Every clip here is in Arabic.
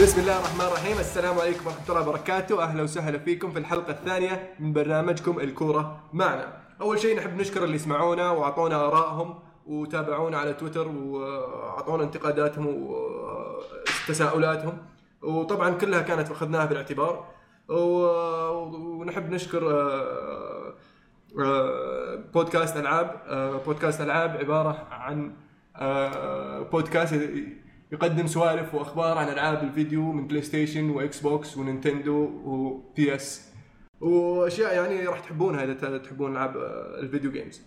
بسم الله الرحمن الرحيم. السلام عليكم ورحمة الله وبركاته. أهلا وسهلا فيكم في الحلقة الثانية من برنامجكم الكورة معنا. أول شيء نحب نشكر اللي سمعونا وعطونا آرائهم وتابعونا على تويتر وعطونا انتقاداتهم وتساؤلاتهم، وطبعا كلها كانت أخذناها بالاعتبار. ونحب نشكر بودكاست ألعاب. بودكاست ألعاب عبارة عن بودكاست يقدم سوالف واخبار عن العاب الفيديو من بلاي ستيشن واكس بوكس ونينتندو وبي اس واشياء يعني راح تحبونها اذا تحبون العاب الفيديو جيمز.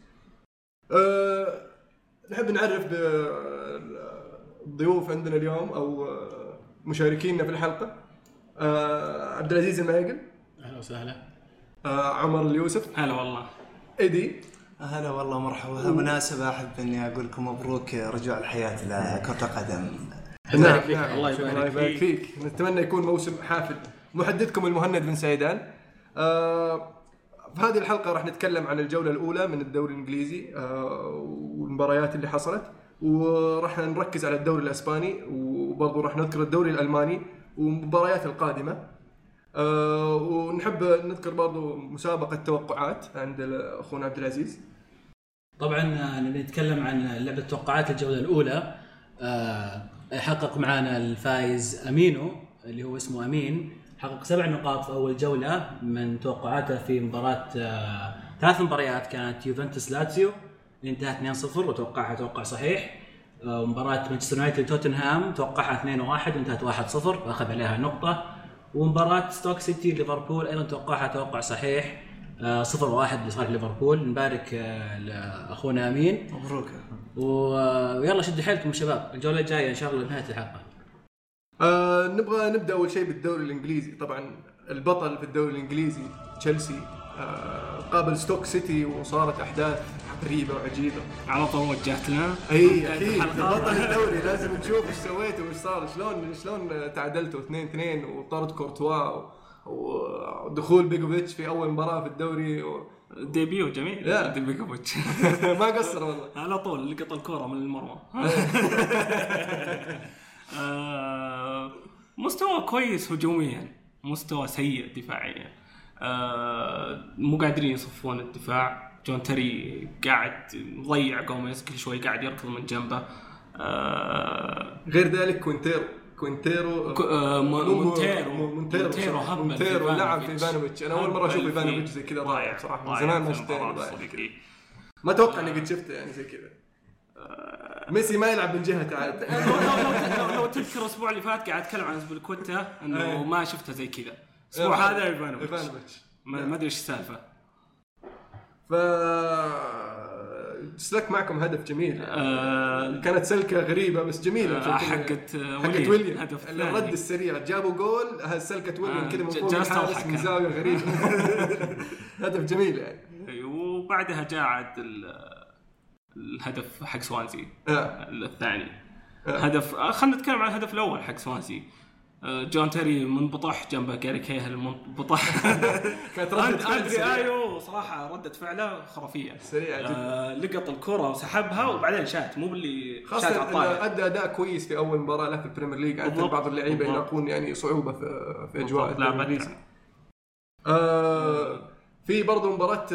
نحب نعرف بالضيوف عندنا اليوم او مشاركينا في الحلقه. عبد العزيز المايقل، اهلا وسهلا. عمر اليوسف، هلا والله. ايدي، هلا والله مرحبا. مناسبة أحب إني أقول لكم مبروك رجوع الحياة لكرة القدم. نعم. الله يبارك فيك. نتمنى يكون موسم حافل. محدثكم المهند بن سعيدان. في هذه الحلقة راح نتكلم عن الجولة الأولى من الدوري الإنجليزي والمباريات اللي حصلت، وراح نركز على الدوري الإسباني، وبرضو راح نذكر الدوري الألماني ومباريات القادمة. ونحب نذكر برضو مسابقة توقعات عند أخونا عبد العزيز. طبعا نتكلم عن لعبة توقعات الجولة الأولى. حقق معنا الفائز أمينو اللي هو اسمه أمين، حقق 7 نقاط في أول جولة من توقعاته في مباراة 3 مباريات كانت يوفنتوس لاتسيو اللي انتهت 2-0 وتوقعها توقع صحيح. مباراة مانشستر يونايتد توتنهام توقعها 2-1 وانتهت 1-0 وأخذ عليها نقطة. ومباراة ستوك سيتي ليفربول أيضا توقعها توقع صحيح 0-1 لصالح ليفربول. نبارك لأخونا أمين، مبروك. ويلا شد حيلكم الشباب، الجولة الجاية إن شاء الله نهاية الحلقة. نبغى نبدأ أول شيء بالدوري الإنجليزي. طبعا البطل في الدوري الإنجليزي تشيلسي قابل ستوك سيتي وصارت أحداث غريبة وعجيبة. على طول وجهت لنا أي أكيد بطل الدوري لازم نشوف إيش سويتوا وإيش صار، شلون تعادلتوا 2-2 وطرد كورتوا ودخول بيجوفيتش في أول مباراة في الدوري ديبيو جميل. بيجوفيتش ما قصر والله، على طول لقط الكرة من المرمى. مستوى كويس هجوميا، مستوى سيء دفاعيا. مو قادرين يصفون الدفاع. جون تري قاعد مضيع جوميز، كل شوي قاعد يركض من جنبه. غير ذلك كوينتيرو لعب في إيفانوفيتش. أنا أول مرة أشوف إيفانوفيتش زي كذا ضايع صراحة، من زمان ما شفته. ما توقع إني قد شفته يعني زي كذا. ميسي ما يلعب من جهته عاد. لو تذكر الأسبوع اللي فات قاعد أتكلم عن أسبوع إنه ما شفته زي كذا. الأسبوع هذا إيفانوفيتش ما أدري إيش السالفة. سلك معكم هدف جميل. كانت سلكة غريبة بس جميلة. حقت ويليام الرد السريع، جابوا جول هالسلكة ويليام كذا من فوق الحارس من زاوية غريبة. هدف جميل يعني. وبعدها جاء عاد الهدف حق سوانزي الثاني. هدف خلنا نتكلم عن الهدف الأول حق سوانزي. جون تيري منبطح جنبه جاري كيهل المنبطح. كانت ردة فعل صراحة ردة فعله خرافية سريعة جدا. لقط الكرة وسحبها وبعدين شات، مو باللي شات على الطاير. أدى أداء كويس في أول مباراة له في البريمير ليج. عندنا بعض اللعيبة يلاقون يعني صعوبة في أجواء الإنجليزي. في برضو مباراة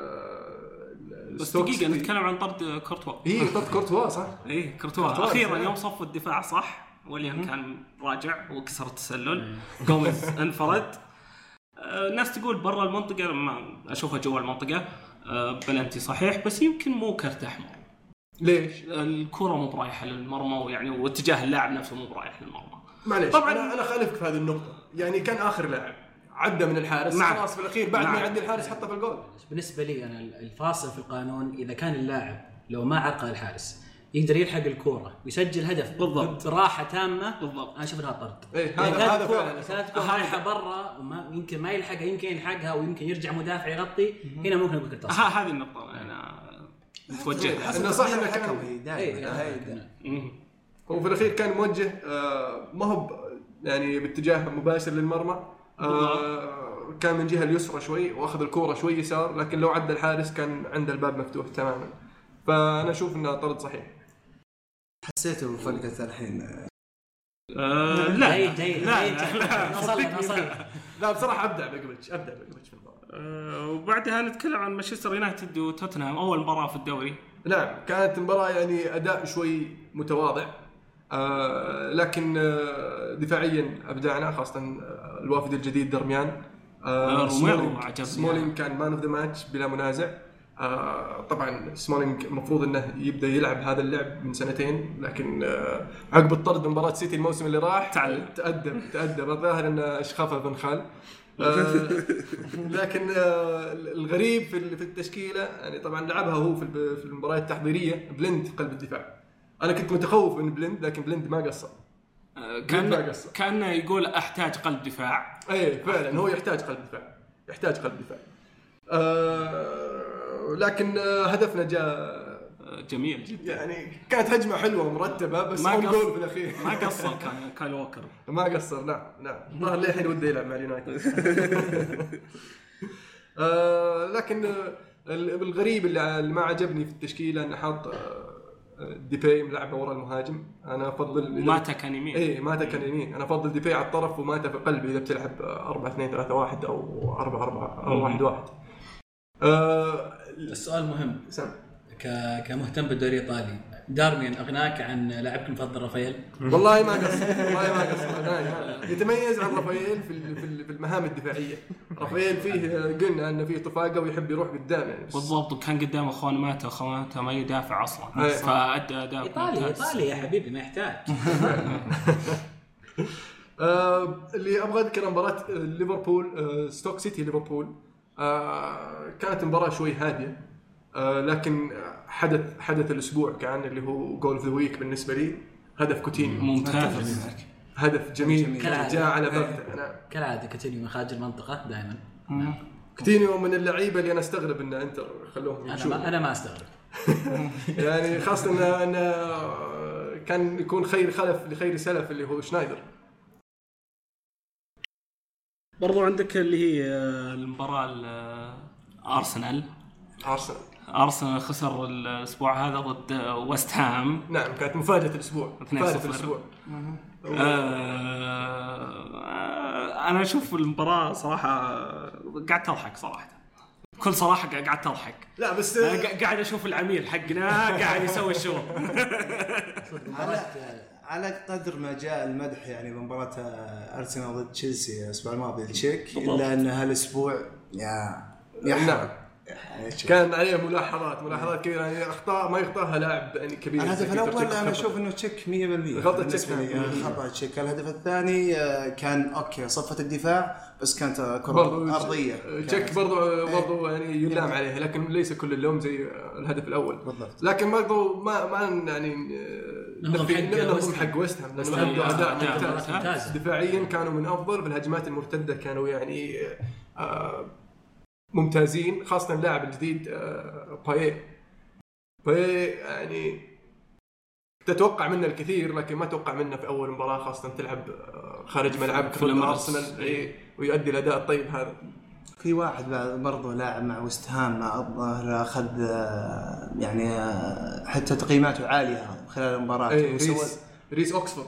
بس دقيقة نتكلم عن طرد كورتوا. طرد كورتوا صح؟ كورتوا أخيرا يوم صف الدفاع صح. ويليام كان راجع وكسر التسلل. جوميز انفرد. الناس تقول برا المنطقة، ما أشوفها جوا المنطقة. بلنتي صحيح بس يمكن مو كرت أحمر. ليش؟ الكرة مو برايحة للمرمى ويعني واتجاه اللاعب نفسه مو برايح للمرمى. معليش طبعا أنا خالفك في هذه النقطة. يعني كان آخر لاعب عدى من الحارس خلاص في الأخير بعد ما يعدي الحارس حطه في الجول. بالنسبة لي أنا الفاصل في القانون إذا كان اللاعب لو ما عرقل الحارس يقدر يلحق الكرة ويسجل هدف بالضبط براحة تامة بالضبط. أنا أشوف إنها طرد. هذا كانت رايحة برا وما يمكن ما يلحقها، يمكن يلحقها ويمكن يرجع مدافع يغطي. هنا ممكن نقول كرت أصفر. هذه النقطة أنا متوجه إنه صح إنه كان وفي الأخير كان موجه ما هو يعني باتجاه مباشر للمرمى. كان من جهة اليسرى شوي وأخذ الكرة شوي يسار، لكن لو عدى الحارس كان عند الباب مفتوح تماما. فأنا أشوف إنه طرد صحيح. حسيته بفرقة الحين لا جيد وصلنا. لا بصراحه ابدع بيكوفيتش في المباراه. وبعدها نتكلم عن مانشستر يونايتد وتوتنهام اول مباراه في الدوري. نعم كانت المباراه يعني اداء شوي متواضع، لكن دفاعيا ابدعنا، خاصه الوافد الجديد درميان. سمولينج كان مان اوف ذا ماتش بلا منازع. طبعا سمولينج المفروض انه يبدا يلعب هذا اللعب من سنتين، لكن عقب الطرد من مباراه سيتي الموسم اللي راح تأدب الظاهر انه اشخاصه بن خال. لكن الغريب في التشكيله يعني طبعا لعبها هو في المباريات التحضيريه بلند قلب الدفاع. انا كنت متخوف من بلند، لكن بلند ما قصر. كان يقول احتاج قلب دفاع. ايه فعلا هو يحتاج قلب دفاع. لكن هدفنا جاء جميل جدا، يعني كانت هجمه حلوه ومرتبه، بس ما جول في الاخير. ما قصر كان ووكر ما قصر. نعم الظاهر ليه الحين وده يلعب مع اليونايتد. لكن الغريب اللي ما عجبني في التشكيله انه حاط ديباي ملعبه ورا المهاجم. انا افضل ماتا كان يمين. ماتا كان يمين. انا افضل ديباي على الطرف وماتا في قلبي اذا بتلعب 4-2-3-1 او 4-4 او 1-1. السؤال مهم كمهتم بالدوري الايطالي، دارميان اغناك عن لاعبك المفضل رافائيل؟ والله ما قصر. يتميز عن رافائيل في المهام الدفاعيه. رافائيل فيه قلنا انه فيه طفاقه ويحب يروح قدام يعني. بالضبط، وكان قدام اخوان ماتا ما يدافع اصلا، فادى اداء ايطالي يا حبيبي ما يحتاج. اللي ابغى اذكر مباراه ليفربول ستوك سيتي ليفربول. كانت مباراه شوي هاديه، لكن حدث الاسبوع كان اللي هو جول اوف ذا ويك بالنسبه لي، هدف كوتينيو ممتاز، هدف جميل جاء على بغته. انا كالعاده كوتينيو من خارج المنطقه دائما. كوتينيو من اللعيبه اللي انا استغرب ان انتر خلوهم يمشون. انا ما استغرب. يعني خاصه ان كان يكون خير خلف لخير سلف اللي هو شنايدر. برضو عندك اللي هي المباراة أرسنال خسر الأسبوع هذا ضد ويست هام. نعم كانت مفاجأة الأسبوع. أنا أشوف المباراة صراحة قاعد تضحك صراحة، بكل صراحة قاعد تضحك. لا بس قاعد أشوف العميل حقنا قاعد يسوي الشغل. على قدر ما جاء المدح يعني بمباراة أرسنال ضد تشيلسي الأسبوع الماضي التشيك، إلا أن هالأسبوع نعم كان عليه ملاحظات كثيرة، يعني أخطاء ما يخطاها لاعب يعني كبير. الهدف الأول أنا أشوف إنه تشيك 100% غلطة تشيك. خطأ تشيك. الهدف الثاني كان أوكي صفة الدفاع، بس كانت كرة أرضية. تشيك برضو يعني يلام عليه، لكن ليس كل اللوم زي الهدف الأول بالضبط. لكن برضو ما يعني نظم حق ويست هام، لأنه أداء ممتاز دفاعيا، كانوا من أفضل. بالهجمات المرتدة كانوا يعني ممتازين، خاصة اللاعب الجديد باي يعني تتوقع منه الكثير، لكن ما توقع منه في أول مباراة، خاصة تلعب خارج ملعبك ضد أرسنال ويؤدي الأداء الطيب هذا. في واحد برضو لاعب مع ويست هام مع الظاهر أخذ يعني حتى تقييماته عالية خلال المباراة. ريس أوكسفورد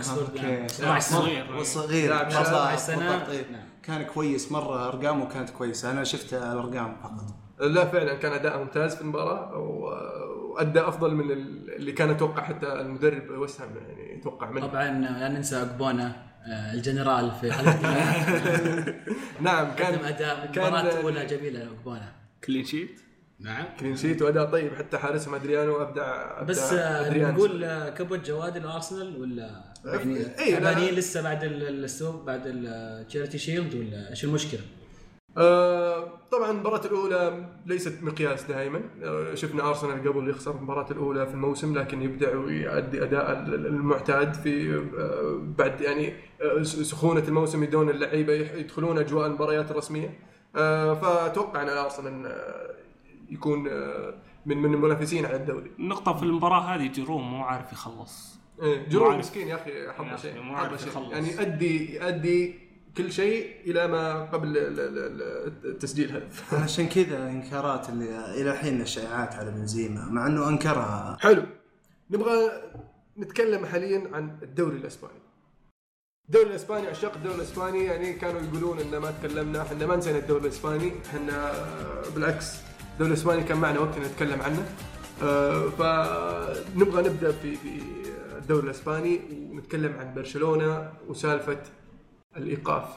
صغير لاعب سنة كان كويس مرة، أرقامه كانت كويسة، أنا شفت الأرقام فقط. لا فعلا كان أداء ممتاز في المباراة، وأدى أفضل من اللي كان يتوقع حتى المدرب ويست هام يعني يتوقع منه. طبعا لا ننسى أقبونا الجنرال في حلقة. نعم كان مباراة أولى جميلة أقبونا. كلين شيت. نعم كلين شيت وأداء طيب، حتى حارسهم أدريانو أبدع. بس نقول كبوة جواد الأرسنال ولا يعني تعبانين لسه بعد السوق بعد التشيرتي شيلد، ولا إيش المشكلة؟ طبعا المباراة الأولى ليست مقياس دائما. شفنا أرسنال قبل يخسر المباراة الأولى في الموسم، لكن يبدع ويؤدي أداء المعتاد في بعد يعني سخونة الموسم، يدون اللعيبة يدخلون أجواء المباريات الرسمية. فأتوقع أن أرسنال يكون من المنافسين على الدوري. النقطة في المباراة هذه جيروم مو عارف يخلص. جيروم مسكين يا أخي، حظ شيء يعني أدي كل شيء إلى ما قبل التسجيل هدف. عشان كذا إنكارات اللي إلى حين الشائعات على بنزيما، مع أنه أنكرها. حلو، نبغى نتكلم حاليا عن الدوري الإسباني. الدوري الاسباني، عشاق الدوري الاسباني يعني كانوا يقولون ان ما تكلمنا، احنا ما نسينا الدوري الاسباني، احنا بالعكس الدوري الاسباني كان معنا وقت نتكلم عنه. فنبغى نبدا في الدوري الاسباني ونتكلم عن برشلونة وسالفة الايقاف.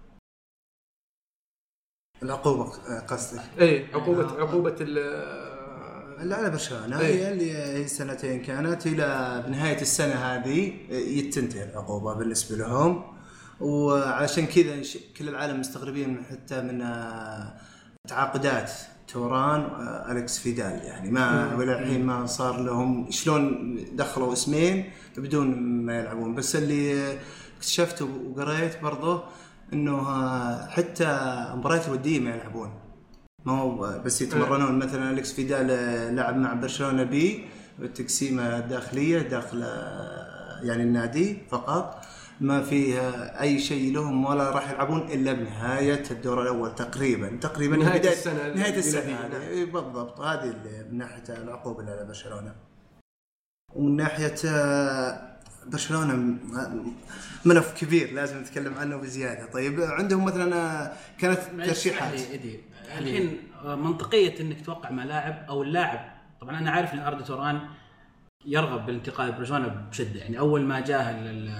العقوبة قصدك؟ ايه عقوبة اللي على برشلونة هي اللي هي سنتين كانت إلى بنهاية السنة هذه يتنتهي العقوبة بالنسبة لهم. وعشان كذا كل العالم مستغربين حتى من تعاقدات توران أليكس فيدال، يعني ما ولا الحين ما صار لهم شلون دخلوا اسمين بدون ما يلعبون. بس اللي اكتشفته وقريت برضه إنه حتى مباريات ودية ما يلعبون، ما هو بس يتمرنون. مثلا أليكس فيدال لعب مع برشلونة بي بالتقسيمة الداخلية داخل يعني النادي فقط، ما فيها أي شيء لهم ولا راح يلعبون إلا بنهاية الدور الأول تقريبا نهاية السنة بالضبط. هذه من ناحية العقوبة على برشلونة. ومن ناحية برشلونة ملف كبير لازم نتكلم عنه بزيادة. طيب عندهم مثلا كانت ترشيحات الحين منطقية انك توقع مع لاعب او اللاعب. طبعا انا عارف ان أردا توران يرغب بالانتقال برشلونة بشدة، يعني اول ما جاء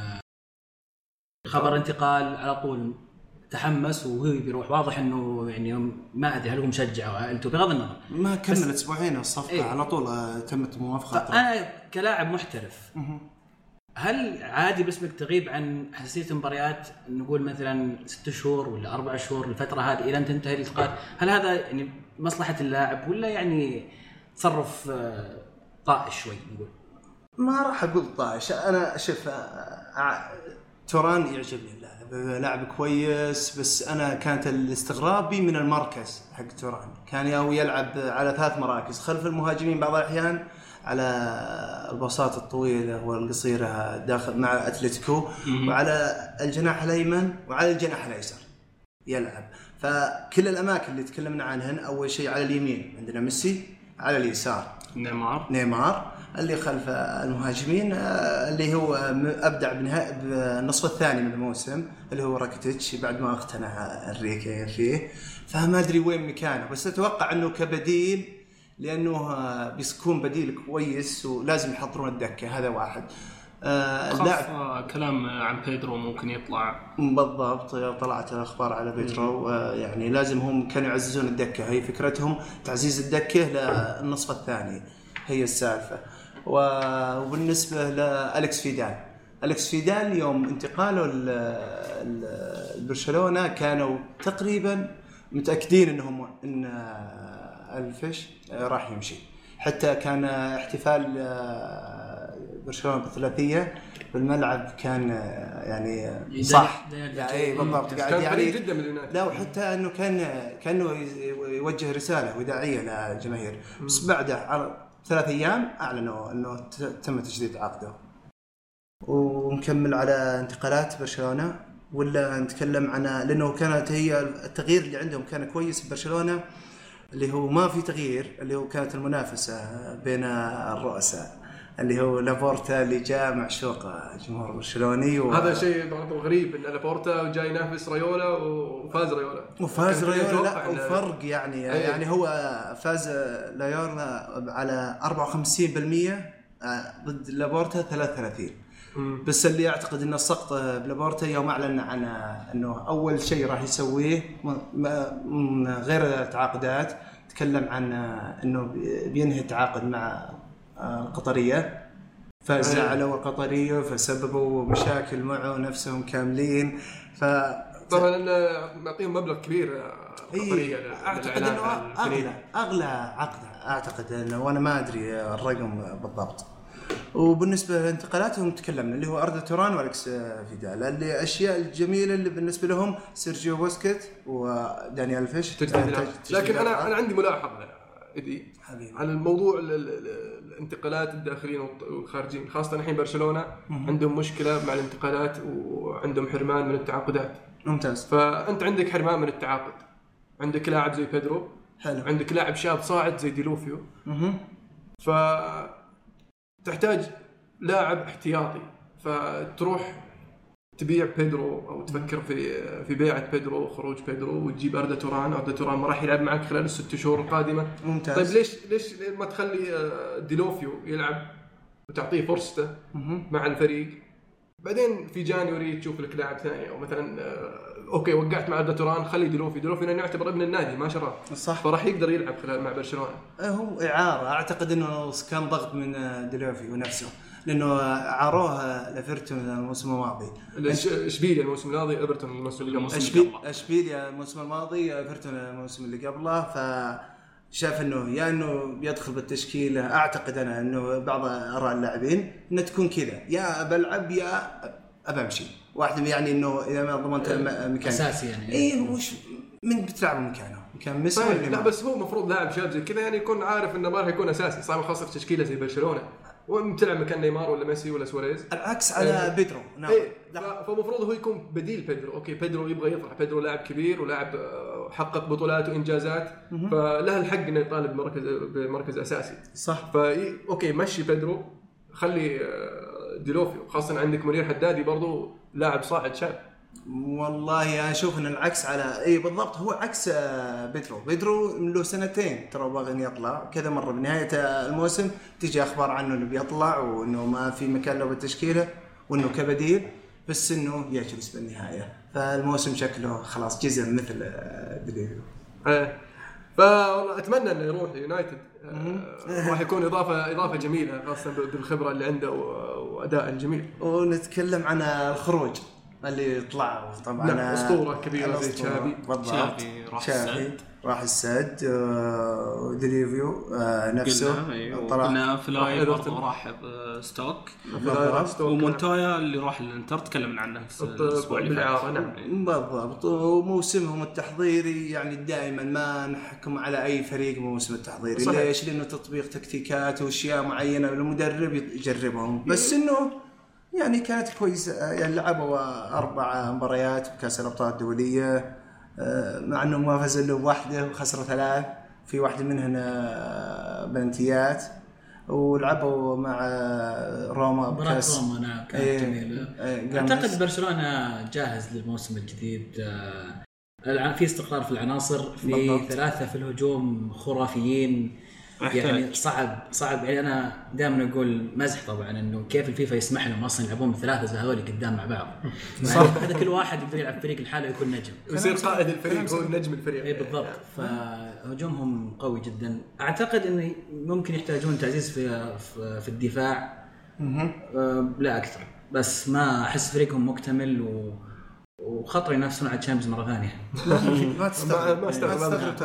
خبر انتقال على طول تحمس وهو بيروح. واضح انه يعني ما ادري هل هو مشجع او عائلته بغض النظر، ما كملت اسبوعين الصفقة على طول تمت موافقة. انا كلاعب محترف هل عادي بس بك تغيب عن حساسية المباريات، نقول مثلا 6 شهور ولا 4 شهور الفترة هذه إلى أن تنتهي الانتقالات؟ هل هذا يعني مصلحة اللاعب ولا يعني تصرف طائش شوي؟ نقول ما راح أقول طائش. أنا شوف توران يعجبني لاعب كويس، بس أنا كانت الاستغرابي من المركز حق توران. كان يلعب على 3 مراكز خلف المهاجمين بعض الأحيان، على البساط الطويلة والقصيرة داخل مع أتلتيكو، وعلى الجناح الأيمن وعلى الجناح الأيسر يلعب. فكل الأماكن اللي تكلمنا عنهن، أول شيء على اليمين عندنا ميسي، على اليسار نيمار اللي خلف المهاجمين اللي هو أبدع بالنصف الثاني من الموسم اللي هو راكيتيتش بعد ما اقتنع الريكي فيه. فما أدري وين مكانه، بس أتوقع أنه كبديل، لأنه بيكون بديل كويس ولازم يحضرون الدكة. هذا واحد. اللاعب كلام عن بيدرو ممكن يطلع بالضبط. طلعت الأخبار على بيدرو، يعني لازم هم كانوا يعززون الدكة. هي فكرتهم تعزيز الدكة للنصف الثاني هي السالفة. وبالنسبة لأليكس فيدال يوم انتقاله لبرشلونة كانوا تقريبا متأكدين إن الفيش راح يمشي. حتى كان احتفال برشلونة بالثلاثية بالملعب كان يعني صح يعني بالضبط قاعد يعني جدا من الناس. لا، وحتى انه كانه يوجه رسالة وداعية للجماهير. بس بعده على 3 أيام اعلنوا انه تم تجديد عقده. ونكمل على انتقالات برشلونة ولا نتكلم عنها؟ لانه كانت هي التغيير اللي عندهم كان كويس ببرشلونة، اللي هو ما في تغيير، اللي هو كانت المنافسة بين الرؤساء، اللي هو لابورتا اللي جاء معشوق جمهور برشلوني. هذا شيء برضو غريب ان لابورتا جاي ينافس ريولا وفاز ريولا لا وفرق يعني هو فاز ريولا على 54% ضد لابورتا 33. بس اللي اعتقد ان السقط بلابورتا يوم اعلن عن انه اول شيء راح يسويه من غير تعاقدات، تكلم عن انه بينهي التعاقد مع القطرية، فزعلوا القطرية فسببوا مشاكل معه نفسهم كاملين. طبعا معطيهم مبلغ كبير قطرية. اعتقد انه اغلى عقد، اعتقد انه وانا ما ادري الرقم بالضبط. وبالنسبه لانتقالاتهم تكلمنا اللي هو أردا توران وأليكس فيدال. اللي اشياء الجميله اللي بالنسبه لهم سيرجيو بوسكيت ودانيال فيش. لكن انا عندي ملاحظه إدي على الموضوع الانتقالات الداخلين والخارجين، خاصة الحين برشلونة عندهم مشكلة مع الانتقالات وعندهم حرمان من التعاقدات. ممتاز. فأنت عندك حرمان من التعاقد، عندك لاعب زي بيدرو، حلو. عندك لاعب شاب صاعد زي ديلوفيو، فتحتاج لاعب احتياطي، فتروح تبيع بيدرو او تفكر في بيعه بيدرو، خروج بيدرو، وتجيب أردا توران ما راح يلعب معك خلال ال6 شهور القادمه. ممتاز. طيب ليش ما تخلي ديلوفيو يلعب وتعطيه فرصته مع الفريق، بعدين في جانيوري تشوف لك لاعب ثاني، او مثلا اوكي وقعت مع أردا توران، خلي ديلوفيو نعتبر ابن النادي ما شراه، صح، فراح يقدر يلعب خلال مع برشلونه. هو اعاره، اعتقد انه كان ضغط من ديلوفيو نفسه، لانه عاروه لإيفرتون الموسم الماضي، اشبيليا الموسم الماضي، ايفرتون الموسم اللي قبله، اشبيليا الموسم الماضي، ايفرتون الموسم اللي قبله. فشاف انه يا انه يدخل بالتشكيله، اعتقد انا انه بعض اراء اللاعبين انه تكون كذا، يا بلعب يا ابمشي واحد، يعني انه اذا ما ضمنت مكان اساسي يعني ايه وش من بتلعب مكانه كان ميسي. لا بس هو مفروض لاعب شاب زي كذا يعني يكون عارف انه ما راح يكون اساسي، صعب خاصه في تشكيله زي برشلونه وبتلعب مكان نيمار ولا ميسي ولا سواريز، العكس على بيدرو. نعم. فمفروض هو يكون بديل بيدرو. اوكي بيدرو يبغى يطلع، بيدرو لاعب كبير ولاعب حقق بطولات وانجازات، فله الحق انه يطالب بمركز اساسي. صح. اوكي مشي بيدرو، خلي ديلوفيو، خاصه عندك منير حدادي برضو لاعب صاعد شاب. والله انا اشوف ان العكس على اي بالضبط، هو عكس بيدرو له سنتين ترى باغي يطلع كذا مره، بنهايه الموسم تيجي اخبار عنه انه بيطلع وانه ما في مكان له بالتشكيله وانه كبديل، بس انه يجلس بالنهايه، فالموسم شكله خلاص جزء مثل ديلوفيو. فوالله اتمنى انه يروح يونايتد، راح يكون اضافه جميله خاصه بالخبره اللي عنده واداء الجميل. ونتكلم عن الخروج اللي طلع طبعا اسطوره كبيره زي تشافي راح السد، وديليفيو نفسه قلنا فلاي برضه راح ستوك، ومونتويا اللي راح الانتر تكلمنا عنه الاسبوع اللي فات. نعم بالضبط. وموسمهم التحضيري يعني دائما ما نحكم على اي فريق موسم التحضيري. ليش؟ لانه تطبيق تكتيكات واشياء معينه المدرب يجربهم، بس انه يعني كانت كويسه. يعني لعبوا 4 مباريات بكاس الابطال الدوليه، مع انه ما فاز الا بواحده وخسروا 3، في واحده منهن بلنتيات، ولعبوا مع روما بكاس روما. نعم كانت جميله. اعتقد برشلونه جاهز للموسم الجديد، في استقرار في العناصر، في بالضبط. 3 في الهجوم خرافيين يعني صعب يعني انا دائما اقول مزح طبعا انه كيف الفيفا يسمح لهم اصلا يلعبون ب3 زي هذول قدام مع بعض. هذا كل واحد يقدر يلعب فريق الحاله ويكون نجم، يصير قائد الفريق هو النجم الفريق. اي بالضبط. فهجومهم قوي جدا. اعتقد انه ممكن يحتاجون تعزيز في الدفاع لا اكثر، بس ما احس فريقهم مكتمل وخطر ينافسون على الشامبيونز مره ثانيه. ما استغرب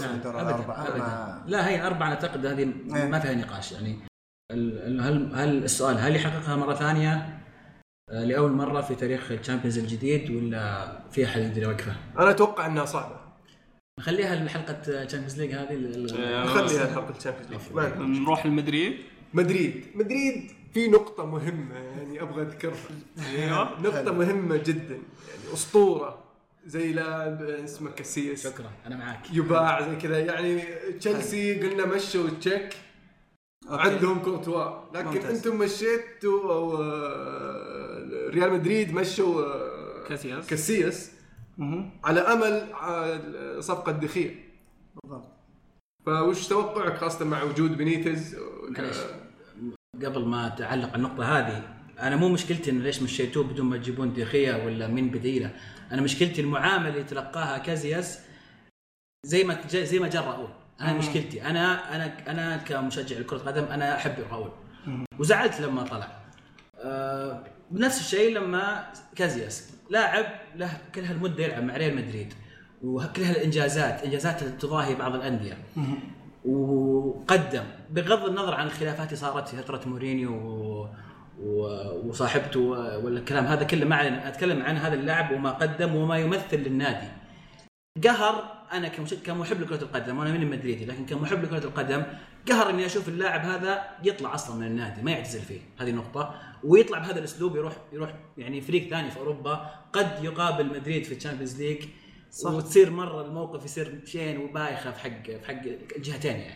لا هي 4 اعتقد هذه ما فيها نقاش. يعني هل السؤال هل يحققها مره ثانيه لاول مره في تاريخ الشامبيونز الجديد، ولا في احد يقدر يوقفه؟ انا اتوقع انها صعبه. نخليها لحلقه الشامبيونز ليج هذه، نخليها حلقه الشامبيونز ليج. نروح لمدريد. مدريد في نقطة مهمة يعني أبغى أذكرها. نقطة مهمة جدا، يعني أسطورة زي لاعب اسمه كاسياس. شكرا أنا معاك. يباع زي كذا يعني. تشيلسي قلنا مشوا تشيك، عندهم كورتوا، لكن ممتاز. أنتم مشيتوا أو ريال مدريد مشوا كاسياس على أمل صفقة دخيل. بالضبط. فوش توقعك خاصة مع وجود بينيتز؟ قبل ما تعلق النقطة هذه، أنا مو مشكلتي إنه ليش مشيتوه بدون ما تجيبون دخية ولا من بديله. أنا مشكلتي المعاملة اللي تلقاها كازياس زي ما جرى راؤول. أنا مشكلتي أنا كمشجع لكرة قدم أنا أحب راؤول، وزعلت لما طلع. بنفس الشيء لما كازياس لاعب له كل هالمدة يلعب مع ريال مدريد وكل هالإنجازات تضاهي بعض الأندية، وقدم بغض النظر عن الخلافات اللي صارت في فترة مورينيو وصاحبته ولا الكلام هذا كله، ما علينا. أتكلم عن هذا اللاعب وما قدم وما يمثل للنادي. قهر أنا كمحب لكرة القدم، وأنا من مدريدي، لكن كمحب لكرة القدم قهر إني أشوف اللاعب هذا يطلع أصلا من النادي، ما يعتزل فيه، هذه نقطة، ويطلع بهذا الأسلوب يروح يعني فريق ثاني في أوروبا قد يقابل مدريد في الشامبيونز ليج، وتصير مرة الموقف يصير شين وبايخة في حق الجهتين يعني.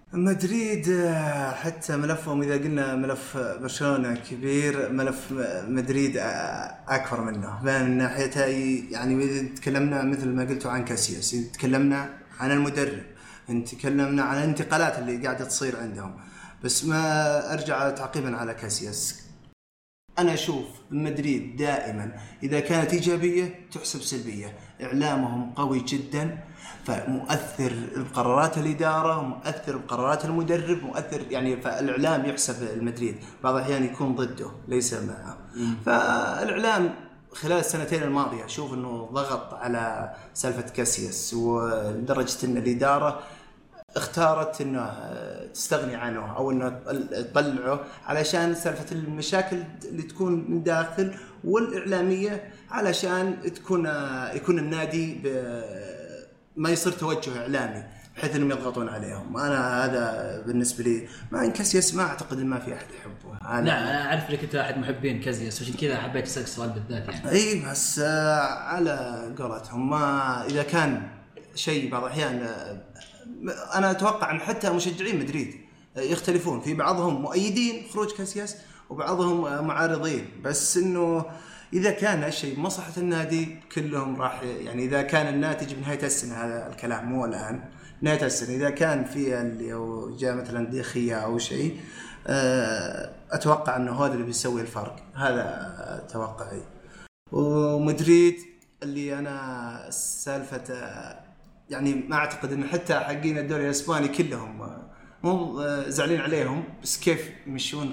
مدريد حتى ملفهم إذا قلنا ملف برشلونة كبير، ملف مدريد أكبر منه من ناحية يعني إذا تكلمنا مثل ما قلتوا عن كاسياس، إذا تكلمنا عن المدرب، إن تكلمنا عن الانتقالات اللي قاعدة تصير عندهم. بس ما أرجع تعقيبا على كاسياس، أنا أشوف مدريد دائما إذا كانت إيجابية تحسب سلبية. إعلامهم قوي جدا، فمؤثر بقرارات الإدارة، مؤثر بقرارات المدرب، مؤثر يعني. فالإعلام يحسب المدريد بعض الأحيان يكون ضده ليس معه. فالإعلام خلال السنتين الماضية أشوف أنه ضغط على سالفة كاسياس، ولدرجة أن الإدارة اختارت انه تستغني عنه او انه تطلعه علشان سالفه المشاكل اللي تكون من داخل، والاعلاميه علشان يكون النادي ما يصير توجه اعلامي بحيث انهم يضغطون عليهم. انا هذا بالنسبه لي. مع ان كاسياس ما اعتقد ان ما في احد يحبه. انا اعرف انك انت احد محبين كاسياس، عشان كذا حبيت اسالك السؤال بالذات يعني. اي بس على قولتهم ما اذا كان شيء بعض الاحيان أنا أتوقع أن حتى مشجعين مدريد يختلفون، في بعضهم مؤيدين خروج كاسياس وبعضهم معارضين، بس إنه إذا كان الشيء مصلحة النادي كلهم راح يعني. إذا كان الناتج بنهاية السنة، هذا الكلام مو الآن، نهاية السنة إذا كان في اللي جاء مثلا ديخية أو شيء، أتوقع أنه هذا اللي بيسوي الفرق. هذا توقعي. ومدريد اللي أنا سالفة يعني ما أعتقد إن حتى حقين الدوري الإسباني كلهم مو زعلين عليهم، بس كيف يمشون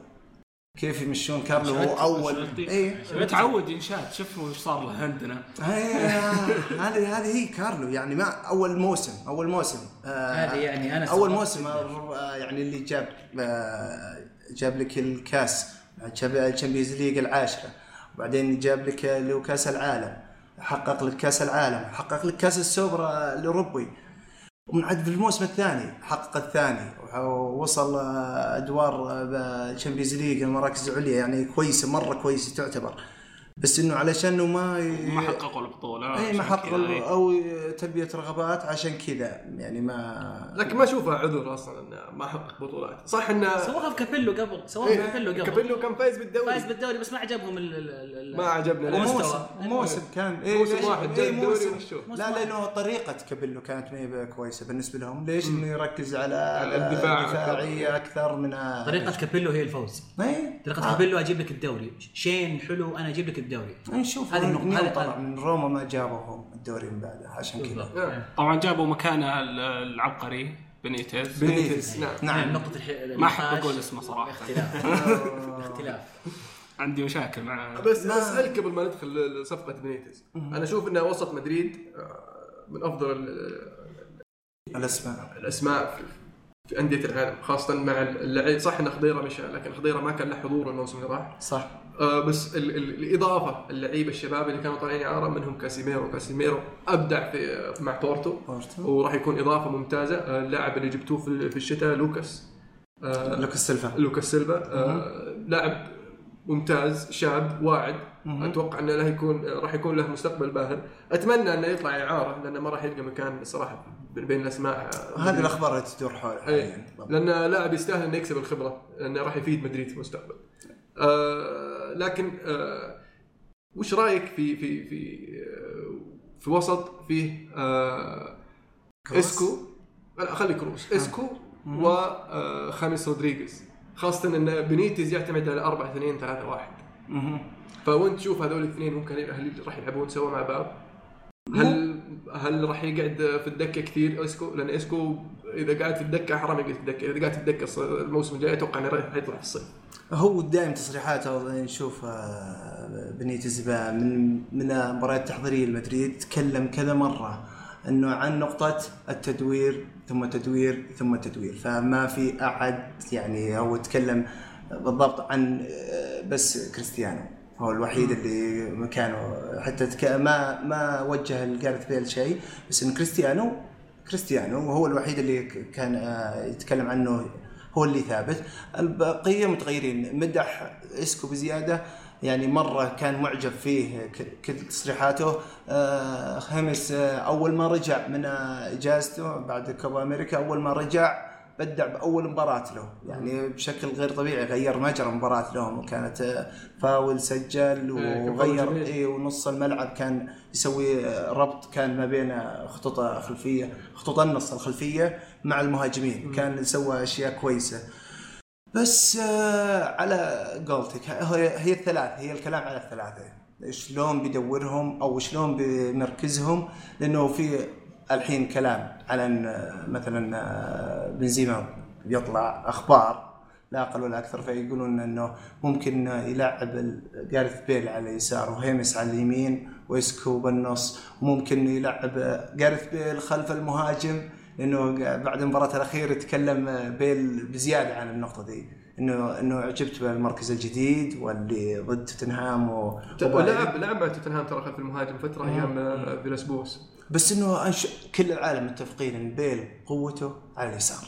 كارلو هو أول. إيه متعود ينشاد، شوفوا إيش صار له عندنا. هذه هي كارلو يعني. ما أول موسم هذه يعني أنا أول موسم يعني اللي جاب لك الكاس، جاب الشامبيونز ليج العاشرة، وبعدين جاب لك له كاس العالم، حقق لك كاس العالم، حقق لك كاس السوبر الأوروبي، ومن عد في الموسم الثاني حقق الثاني، ووصل أدوار الشامبيونز ليج المراكز العليا يعني كويسة، مرة كويسة تعتبر. بس إنه علشانه ما حققوا البطولة، ما حققوا أو تلبية رغبات، عشان كذا يعني ما. لكن ما أشوفها عذر أصلاً إنه ما حقق بطولات. صح إنه سواها في كابيلو قبل، كابيلو كان فايز بالدوري بس ما عجبهم ما عجبنا موسم كان موسم واحد جاء الدوري وشو. لا لأنه طريقة كابيلو كانت ما كويسة بالنسبة لهم. ليش؟ إنه يركز على الدفاعية أكثر من طريقة كابيلو هي الفوز. طريقة كابيلو أجيب لك الدوري، شين حلو أنا أجيب لك الدوري. نشوف هذه طلع من روما ما جابوهم الدوري من بعده عشان كذا. طبعا جابوا مكانه العبقري بنيتز. نعم نقطة ما أحب أقول اسمه صراحة. اختلاف عندي مشاكل مع. بس أسألك قبل ما ندخل صفقة بنيتز، أنا أشوف إنها وسط مدريد من أفضل الأسماء في أندية العالم، خاصة مع اللعيب. صح إن خضيرة مشى، لكن خضيرة ما كان له حضور الموسم اللي راح. صح. بس الإضافة اللعيبة الشباب اللي كانوا طالعين إعارة، منهم كاسيميرو أبدع مع بورتو وراح يكون إضافة ممتازة. اللاعب اللي جبتوه في الشتاء لوكاس سيلفا لاعب ممتاز، شاب واعد. أتوقع أنه راح يكون له مستقبل باهر. أتمنى أنه يطلع إعارة، لأنه ما راح يلقى مكان صراحة بين الأسماء. هذه الأخبار اللي تدور حوله لأن لاعب يستاهل أنه يكسب الخبرة، لأنه راح يفيد مدريد في المستقبل. لكن وش رأيك في وسط فيه إسكو؟ لا خلي كروس، إسكو وخامس رودريغيز، خاصة أن بنيتز يعتمد على 4-2-3-1. فوانت تشوف هذول الاثنين ممكن هل راح يلعبون سوا مع بعض؟ هل راح يقعد في الدكة كثير إسكو؟ لأن إسكو إذا قاعد في الدكة حرام يقعد في الدكة. إذا قاعد في الدكة الموسم الجاي أتوقع أنه راح يطلع في الصيف. هو دائما تصريحاته نشوف بنيتز من مباريات التحضيرية المدريد تكلم كذا مرة انه عن نقطة التدوير ثم تدوير، فما في احد يعني هو يتكلم بالضبط عن بس كريستيانو هو الوحيد اللي مكانه، حتى ما وجه الجارث بيل شيء، بس ان كريستيانو وهو الوحيد اللي كان يتكلم عنه، هو اللي ثابت. البقية متغيرين. مدح إسكو بزيادة يعني، مرة كان معجب فيه كل تصريحاته. خامس أول ما رجع من إجازته بعد كوبا أمريكا، أول ما رجع بدع باول مباراه له يعني بشكل غير طبيعي، غير مجرى مباراه لهم، وكانت فاول سجل وغير ونص الملعب كان يسوي ربط كان ما بين خطوط النص الخلفيه مع المهاجمين، كان يسوي اشياء كويسه. بس على قولتك هي الثلاث، هي الكلام على الثلاثه، شلون بيدورهم او شلون بمركزهم، لانه في الحين كلام على مثلا بنزيما بيطلع اخبار لا اقل ولا اكثر، فيقولون انه ممكن يلعب جاريث بيل على اليسار وهيمس على اليمين ويسكو بالنص، وممكن يلعب جاريث بيل خلف المهاجم، لانه بعد المباراه الاخيره تكلم بيل بزياده عن النقطه دي، انه عجبت بالمركز الجديد واللي ضد توتنهام لعب مع توتنهام ترى خلف المهاجم فتره ايام فيلاس بوس. بس انه كل العالم متفقين ان بيل قوته على اليسار،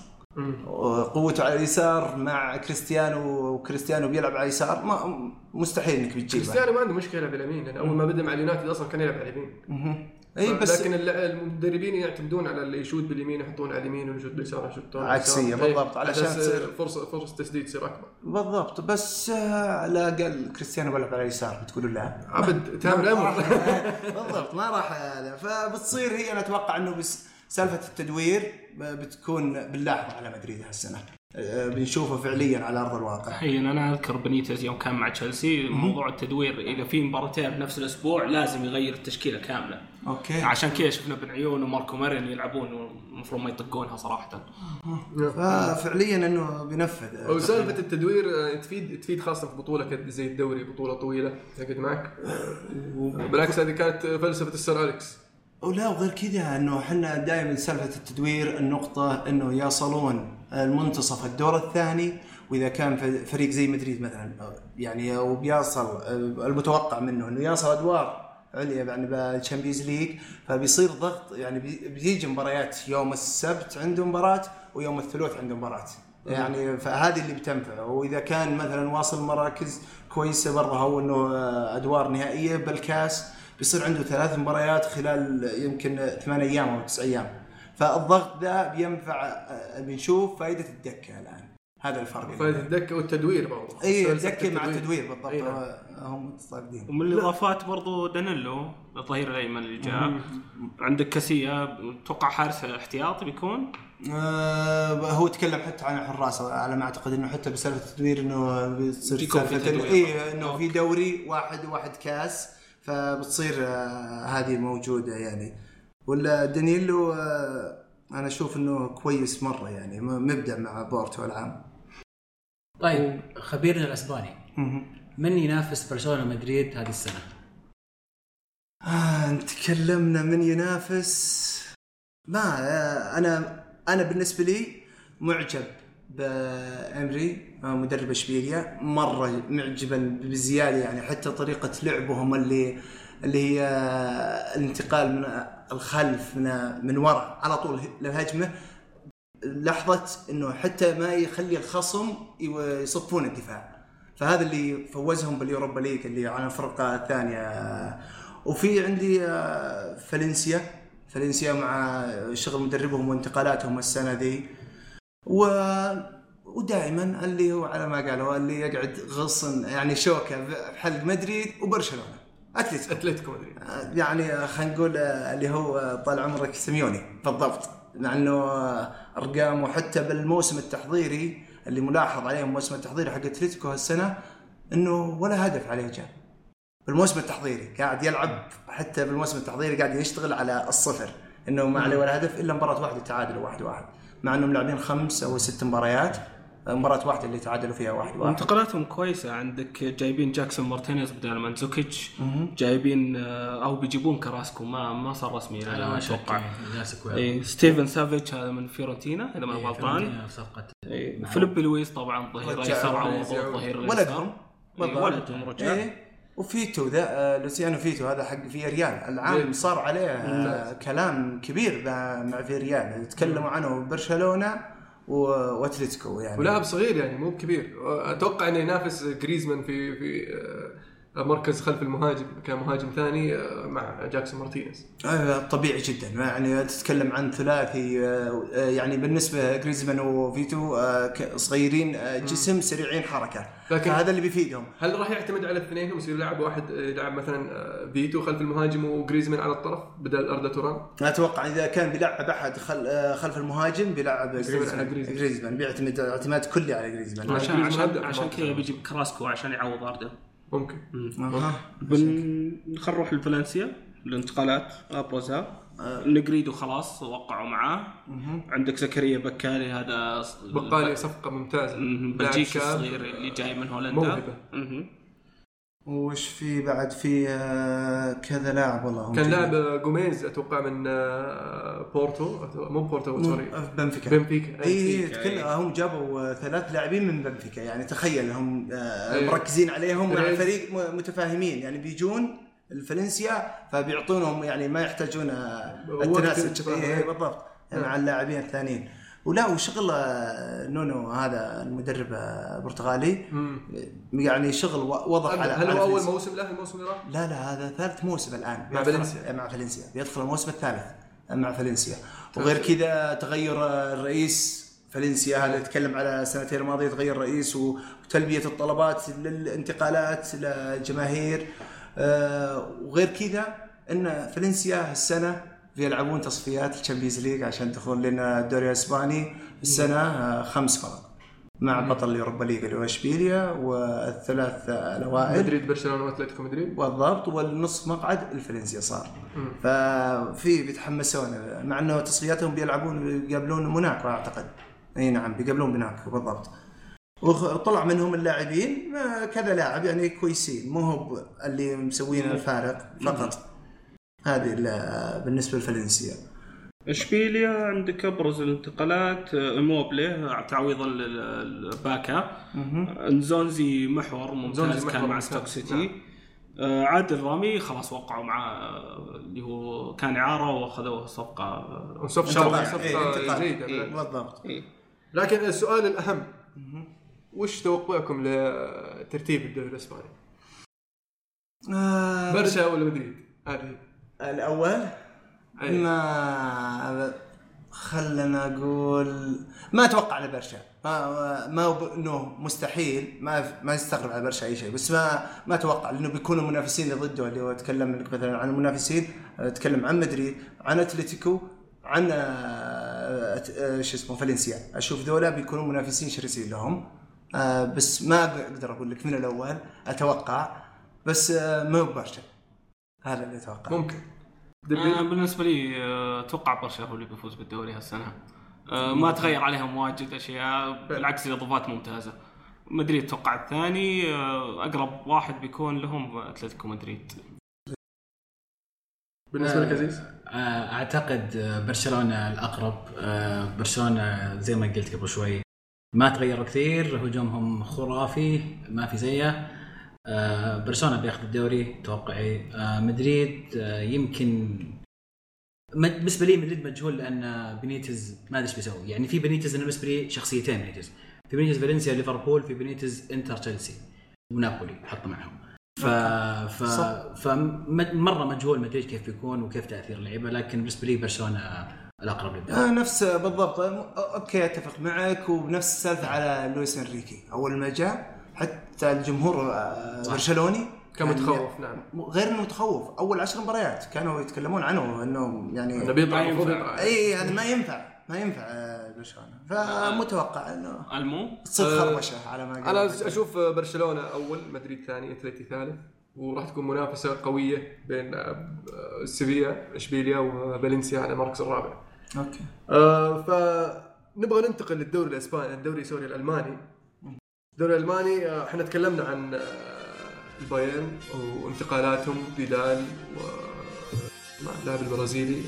قوته على اليسار مع كريستيانو بيلعب على اليسار، ما مستحيل انك بتجيبه. كريستيانو ما عنده مشكله باليمين، لان اول ما بدا مع اليونايتد اصلا كان يلعب على اليمين. بس لكن المدربين يعتمدون على اللي يشوت باليمين يحطون على اليمين واللي يشوت باليسار يشوتون عكسيه بالضبط، علشان تصير فرصه تسديد تصير اكبر. بالضبط. بس على الاقل كريستيانو بيلعب على اليسار بتقولوا لا عبد تام الامر. بالضبط ما راح فبتصير هي انا اتوقع انه بس سالفه التدوير بتكون بنلاحظ على مدريد هالسنه، بنشوفه فعليا على ارض الواقع. حين انا اذكر بنيتز يوم كان مع تشيلسي موضوع التدوير اذا في مباراتين بنفس الاسبوع لازم يغير التشكيله كامله. اوكي. عشان كذا شفنا بن عيون وماركو مارين يلعبون والمفروض ما يطقونها صراحه. ففعليا انه بينفذ. وسالفه التدوير تفيد خاصه في بطوله زي الدوري، بطوله طويله تاكد معك، وبالعكس هذه كانت فلسفه السير أليكس. ولا وغير كذا انه احنا دائما سالفه التدوير النقطه انه يصلون المنتصف الدور الثاني، واذا كان فريق زي مدريد مثلا يعني وبيصل المتوقع منه انه يصل ادوار عليا يعني بالشامبيونز ليج، فبيصير ضغط يعني بتيجي مباريات يوم السبت عنده مباراه ويوم الثلاث عنده مباراه يعني، فهذه اللي بتنفعه. واذا كان مثلا واصل مراكز كويسه برضه او انه ادوار نهائيه بالكاس بيصير عنده 3 مباريات خلال يمكن 8 أيام أو 9 أيام، فالضغط ده بينفع. بنشوف فائدة الدكة الآن، هذا الفرق. فائدة الدكة والتدوير برضو. الدكة مع التدوير بالضبط. هم متصاقدين. ومن الإضافات برضو دانيلو الظهير الأيمن اللي جاء. عندك كاسيا، توقع حارس احتياطي بيكون. هو تكلم حتى عن الحراس على ما أعتقد إنه حتى بسالفة التدوير إنه بيصير إنه في دوري واحد كاس، فبتصير هذه موجودة يعني. ولا دانييلو أنا أشوف إنه كويس مرة يعني، مبدأ مع بورتو العام. طيب خبيرنا الأسباني من ينافس برشلونة ومدريد هذه السنة؟ تكلمنا من ينافس، ما أنا بالنسبة لي معجب بأمري مدرب إشبيلية، مرة معجبا بزيادة يعني، حتى طريقة لعبهم اللي هي الانتقال من الخلف من وراء على طول للهجمة، لحظة إنه حتى ما يخلي الخصم يصفون الدفاع، فهذا اللي فوزهم باليوروبا ليج اللي على الفرقة الثانية. وفي عندي فالنسيا مع شغل مدربهم وانتقالاتهم السنة دي، ودائما اللي هو على ما قالوا اللي يقعد غصن يعني شوكة في حلق مدريد وبرشلونة أتلتيكو مدريد يعني، خلينا نقول اللي هو طال عمرك سيميوني بالضبط، مع انه ارقامه حتى بالموسم التحضيري اللي ملاحظ عليه الموسم التحضيري حق أتلتيكو هالسنة انه ولا هدف عليه جاب بالموسم التحضيري، قاعد يلعب حتى بالموسم التحضيري قاعد يشتغل على الصفر، انه ما عليه ولا هدف الا مباراة واحدة تعادلوا 1-1، مع انهم لاعبين 5 أو 6 مباريات، مباراة واحدة اللي تعادلوا فيها 1-1. انتقالاتهم كويسة، عندك جايبين جاكسون مارتينيز بدل مانزوكيتش، جايبين او بيجيبون كراسكو ما صار رسمي انا اتوقع، ستيفن سافيتش هذا من فيورنتينا اذا ما غلطان، فيليب لويس طبعا ظهير ايسر او ظهير ولدهم رجال، وفيتو ذا لوسيانو فيتو هذا حق في ريال العام صار عليه كلام كبير مع في ريال، يتكلموا عنه برشلونة واتلتيكو يعني، ولاعب صغير يعني مو كبير، اتوقع انه ينافس غريزمان في مركز خلف المهاجم كمهاجم ثاني مع جاكسون مارتينيز. طبيعي جدا، يعني تتكلم عن ثلاثي يعني بالنسبه جريزمان وفيتو صغيرين جسم سريعين حركه، لكن هذا اللي بيفيدهم. هل راح يعتمد على الاثنين يصير لاعب واحد يلعب مثلا فيتو خلف المهاجم وجريزمان على الطرف بدل أردا توران؟ اتوقع اذا كان بيلعب احد خلف المهاجم بيلعب جريزمان بيعتمد اعتماد كلي على جريزمان. عشان كذا بيجيب كراسكو عشان يعوض أردا. ممكن. نروح لفالنسيا الانتقالات. ابوزا نجريدو خلاص وقعوا معاه. عندك زكريا بكالي، هذا بقالي صفقة ممتازة، بلجيكي الصغير اللي جاي من هولندا. وش في بعد في كذا لاعب والله كان لاعب جوميز اتوقع من بورتو، مو بورتو سوري بنفيكا. اي هم جابوا 3 لاعبين من بنفيكا، يعني تخيل هم مركزين عليهم مع فريق متفاهمين، يعني بيجون الفالنسيا فبيعطونهم يعني ما يحتاجون التناسب بالضبط يعني مع اللاعبين الثانيين. ولا وشغل نونو هذا المدرب البرتغالي يعني شغل وضع على هل هو اول موسم له الموسم اللي راح؟ لا هذا ثالث موسم الان مع فالنسيا بيدخل الموسم الثالث مع فالنسيا. وغير كذا تغير الرئيس فالنسيا، هذا يتكلم على سنتين الماضيه تغير رئيس وتلبيه الطلبات للانتقالات للجماهير. وغير كذا ان فالنسيا السنه يلعبون تصفيات الشامبيونز ليج عشان تدخل لنا الدوري الاسباني السنه 5 فرق مع بطل اليوروبا ليج اللي هو اشبيليا والثلاث الاوائل مدريد برشلونه واتلتيكو مدريد بالضبط، والنصف مقعد الفالنسيا صار. ففي بيتحمسون مع انه تصفياتهم بيقابلون موناكو اعتقد. اي نعم بيقابلون موناكو بالضبط. وطلع منهم اللاعبين كذا لاعب يعني كويسين، مو هو اللي مسوين الفارق فقط. هذه بالنسبة لفالنسيا. إشبيليا عندك أبرز الانتقالات موبلي تعويضا للباكا. نزونزي محور ممتاز كان مع ستوك سيتي. عادل رامي خلاص وقعوا مع اللي هو كان إعارة وأخذوه صفقة جيدة بالضبط. لكن السؤال الأهم وش توقعكم لترتيب الدوري الإسباني؟ برشا ولا مدريد؟ هذه الأول ما خلنا أقول ما أتوقع على برشا، ما إنه مستحيل ما يستغرب على برشا أي شيء، بس ما أتوقع لأنه بيكونوا منافسين اللي ضده. اللي هو أتكلم مثلا عن المنافسين، أتكلم عن مدريد، عن أتلتيكو، عن شو اسمه فالنسيا. أشوف ذولا بيكونوا منافسين شرسين لهم. بس ما أقدر أقول لك من الأول أتوقع، بس ما هو برشا. هذا اللي أتوقع. ممكن بالنسبة لي أتوقع برشا هو اللي بيفوز بالدوري هالسنة. ما تغير عليهم واجد أشياء، بالعكس الإضافات ممتازة. مدريد أتوقع الثاني، أقرب واحد بيكون لهم أتلتيكو مدريد. بالنسبة لك عزيز؟ أعتقد برشلونة الأقرب. برشلونة زي ما قلت قبل شوي ما تغيروا كثير، هجومهم خرافي ما في زيه. برشلونة بياخذ الدوري توقعي. مدريد يمكن بالنسبة لي مدريد مجهول لأن بينيتز ما أدري إيش بيسوي. يعني في بينيتز أنا بالنسبة لي شخصيتين بينيتز، في بينيتز فالنسيا ليفربول، في بينيتز إنتر تشيلسي ونابولي حط معهم. مرة مجهول مدريد كيف بيكون وكيف تأثير اللعيبة. لكن بالنسبة لي برشلونة الأقرب للدوري. نفس بالضبط. أوكي أتفق معك، وبنفس السالفة على لويس إنريكي. أول ما جاء حتى الجمهور برشلوني كان متخوف. نعم غير انه متخوف. اول 10 مباريات كانوا يتكلمون عنه انه يعني بيطلع اي هذا ما ينفع برشلونه. فمتوقع انه المو تصير خربشه على ما قال. انا اشوف برشلونه اول، مدريد ثاني، اتلتي ثالث، وراح تكون منافسه قويه بين سيفيا، اشبيليا وفالنسيا على المركز الرابع. اوكي. فنبغى ننتقل للدوري الاسباني، الدوري الالماني. الدوري الألماني احنا تكلمنا عن البايرن وانتقالاتهم، فيدال واللاعب البرازيلي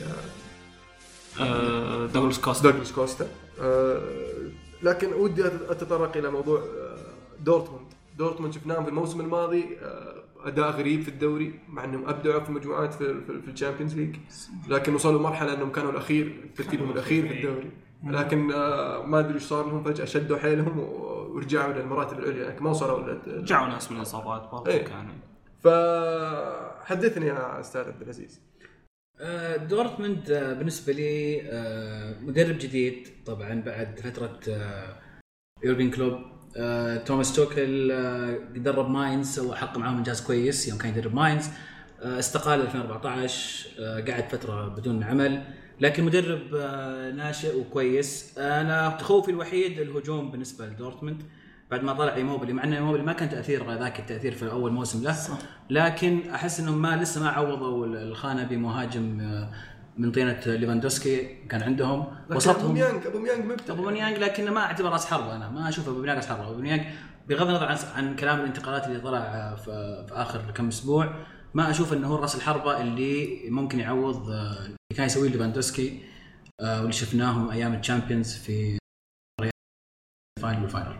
دوغلاس كوستا. لكن ودي أتطرق إلى موضوع دورتموند شفناهم في الموسم الماضي أداء غريب في الدوري، مع أنهم أبدعوا في المجموعات في الشامبيونز ليج، لكن وصلوا مرحلة أنهم كانوا الأخير، ترتيبهم الأخير في الدوري. لكن ما أدري إيش صار لهم، فجأة شدوا حيلهم ورجعوا للمراتب العليا، يعني ما وصلوا رجعوا ناس من الإصابات برضه كانوا. فحدثني يا استاذ عبد العزيز. دورتموند بالنسبه لي مدرب جديد طبعا بعد فتره يورجن كلوب. توماس توكل درب ماينز وحقق معهم انجاز كويس يوم كان يدرب ماينز. استقال 2014 قعد فتره بدون عمل، لكن مدرب ناشئ وكويس. انا تخوفي الوحيد الهجوم بالنسبه لدورتموند بعد ما طلع ايموبيلي، مع ان ايموبيلي ما كان تاثير ذاك التاثير في اول موسم له، لكن احس انهم لسه ما عوضوا الخانه بمهاجم من طينه ليفاندوسكي كان عندهم. وسطهم ابو ميانج مبتدئ، ابو ميانج، لكن ما اعتبر راس حربه. انا ما اشوف ابو ميانج راس حربه. ابو ميانج بغض النظر عن كلام الانتقالات اللي طلع في اخر كم اسبوع، ما اشوف انه هو راس الحربه اللي ممكن يعوض اللي كان يسويه ليفاندوسكي واللي شفناهم ايام الشامبيونز في الفاينل والفاينل.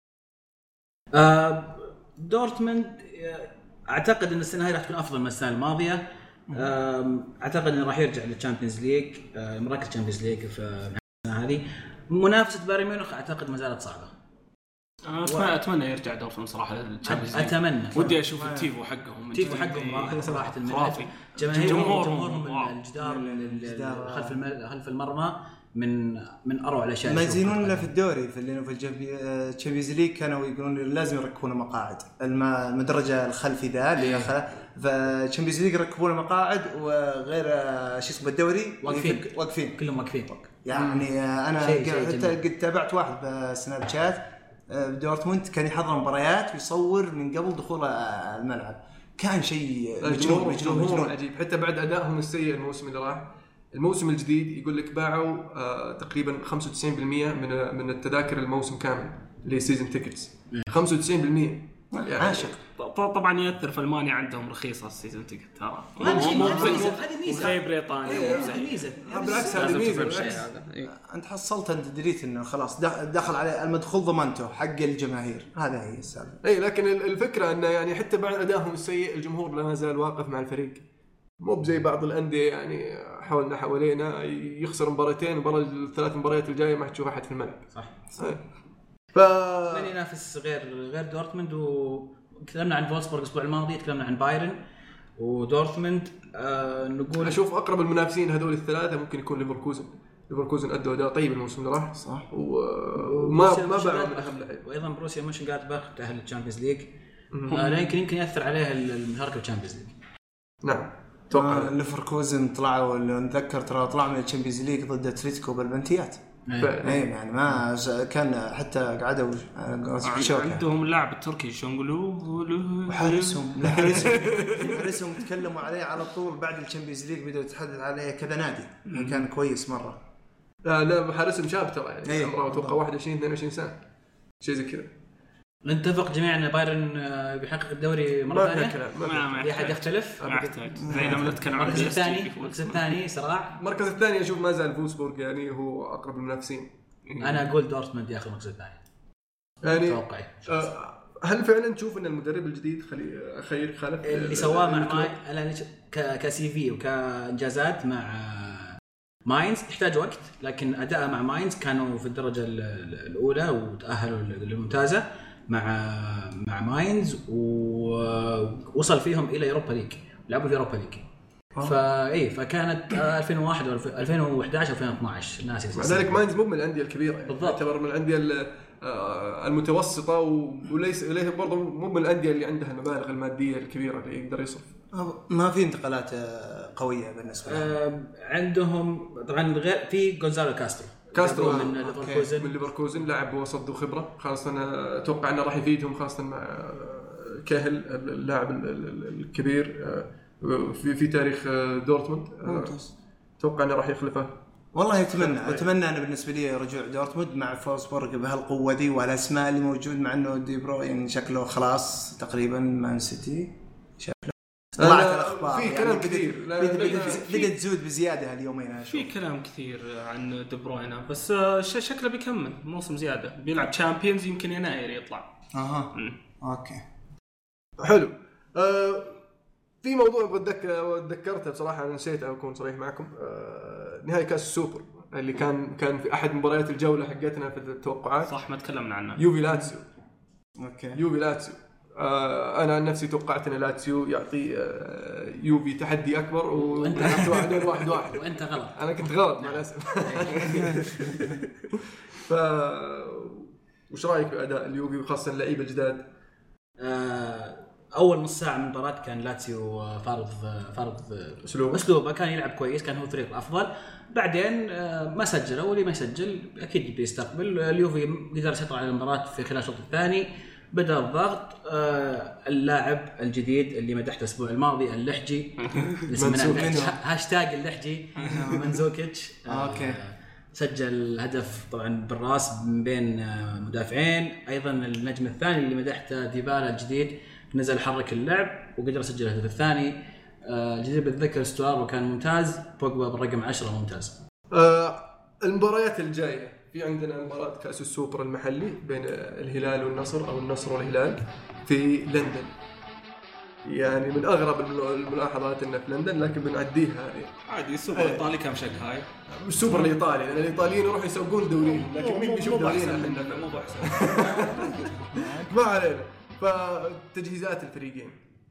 دورتموند اعتقد ان السنه هاي راح تكون افضل من السنه الماضيه. اعتقد انه راح يرجع للتشامبيونز ليج، مراكز الشامبيونز ليج في السنه هذه. منافسه بايرن ميونخ اعتقد ما زالت صعبه. اتمنى يرجع دورتموند صراحه للتشامبيونز ليج. اتمنى ودي اشوف التيفو حقهم. التيفو حقهم رائع صراحه، خرافي. جمهورهم الجدار خلف المرمى من اروع الاشياء. ما يزينون الا في الدوري في الشامبيونز ليج كانوا يقولون لازم يركبون مقاعد المدرجه الخلفي ذا اللي فالشامبيونز ليج يركبون مقاعد، وغير شو اسمه الدوري واقفين كلهم واقفين. يعني انا حتى قد تابعت واحد بسناب شات دورتموند كان يحضر مباريات ويصور من قبل دخول الملعب. كان شيء مجنون عجيب. حتى بعد ادائهم السيء الموسم اللي راح، الموسم الجديد يقول لك باعوا تقريبا 95% من التذاكر الموسم كامل اللي سيزن تيكتس. 95% يعني عاشق. طبعا يأثر في المانيا عندهم رخيصه السيزن تيكت ترى. هذه ميزه زي بريطانيا. ميزه. بالعكس هذه ميزه. انت حصلت انت دريت انه خلاص دخل عليه المدخول ضمنته حق الجماهير. هذا هي السالفه. اي لكن الفكره انه يعني حتى بعد ادائهم السيء الجمهور لا زال واقف مع الفريق، مو بزي بعض الانديه يعني حوالينا يخسر مباراتين وبرا الثلاث مباريات الجايه ما تشوف احد في الملعب. صح. من ينافس غير دورتموند. وتكلمنا عن فولسبورغ الاسبوع الماضي، تكلمنا عن بايرن ودورتموند. نقول اشوف اقرب المنافسين هذول الثلاثه ممكن يكون ليفركوزن ادوا اداء طيب الموسم اللي راح صح، وما باعوا من اهم لعيبه. وايضا بروسيا مونشنغلادباخ تاهل للتشامبيونز ليج، لكن يمكن ياثر عليها المشاركه في التشامبيونز ليج. نعم اتوقع ليفركوزن طلعوا نتذكر ترى طلع من الشامبيونز ليج ضد اتلتيكو بالبنتيات. يعني ما كان حتى قعدوا عندهم اللاعب التركي شونغلو حارسهم تكلموا عليه على طول بعد الشامبيونز ليج، بدأوا يتحدث عليه كذا نادي. كان كويس مره. لا حارسهم شاب ترى يعني عمره اتوقع 21 22 سنه شيء زي كذا. نتفق جميعا ان بايرن بيحقق الدوري مره ثانيه. ما في احد يختلف. ما يحتاج زي لما نتكلم عن المركز الثاني صراع. المركز الثاني اشوف ما زال فولسبورغ يعني هو اقرب المنافسين. انا اقول دورتموند ياخذ المركز الثاني يعني توقعي. هل فعلا تشوف ان المدرب الجديد خير خالف اللي سواه مع كسي في وكانجازات مع ماينز يحتاج وقت، لكن اداءه مع ماينز كانوا في الدرجه الاولى وتاهلوا للممتازه مع ماينز، ووصل فيهم الى يوروبا ليج، لعبوا في يوروبا ليج. فكانت 2001 2011 2012 الناس. مع ذلك ماينز مو من الانديه الكبيره يعني، يعتبر من الانديه المتوسطه وليس برضه مو من الانديه اللي عندها المبالغ الماديه الكبيره اللي يقدر يصرف. ما في انتقالات قويه بالنسبه لهم. عندهم طبعا غير في غونزالو كاسترو من ليفركوزن لاعب وسط ذو خبره، خاصه اتوقع انه راح يفيدهم خاصه مع كاهل اللاعب الكبير في تاريخ دورتموند. اتوقع انه راح يخلفه. والله اتمنى انا بالنسبه لي رجوع دورتموند مع فولسبورغ بهالقوه دي والاسماء اللي موجود، مع انه دي بروين شكله خلاص تقريبا مان سيتي شكله طلعت الاخبار في كلام كثير بدأت تزود بزياده هاليومين. في كلام كثير عن دي بروين بس شكله بيكمل موسم زياده، بيلعب تشامبيونز يمكن يناير يطلع. اوكي حلو. في موضوع تذكرته بصراحه انا نسيته اكون صريح معكم. نهائي كاس السوبر اللي كان في احد مباريات الجوله حقتنا في التوقعات. صح ما تكلمنا عنه. يوفي لاتسيو. اوكي يوفي لاتسيو انا عن نفسي توقعت ان لاتسيو يعطي يوفي تحدي اكبر وانت 1-1 وانت غلط. انا كنت غلط مع الاسف. ف وش رايك باداء اليوفي وخاصه اللعيبه الجداد؟ اول نص ساعه من المباراه كان لاتسيو فارض اسلوبه، كان يلعب كويس، كان هو فريق افضل. بعدين ما سجل، واللي ما يسجل اكيد بيستقبل. اليوفي قدر يسيطر على المباراه في خلال الشوط الثاني، بدا الضغط. اللاعب الجديد اللي مدحته الاسبوع الماضي اللحجي هاشتاج اللحجي منزوكيتش، اوكي، سجل هدف طبعا بالراس من بين مدافعين. ايضا النجم الثاني اللي مدحته ديبالا الجديد نزل حرك اللعب وقدر يسجل الهدف الثاني. الجديد بتذكر ستوار وكان ممتاز. بوجبا بالرقم 10 ممتاز. المباريات الجايه في عندنا مباراه كاس السوبر المحلي بين الهلال والنصر او النصر والهلال في لندن. يعني من اغرب الملاحظات انه في لندن، لكن بنعديها هذه عادي. السوبر الايطالي كم شق هاي؟ السوبر الايطالي لان الايطاليين يروحوا يسوقون دوريهم، لكن مين بيشوف دوريهم؟ مو بحسن. ما علينا. فتجهيزات الفريقين،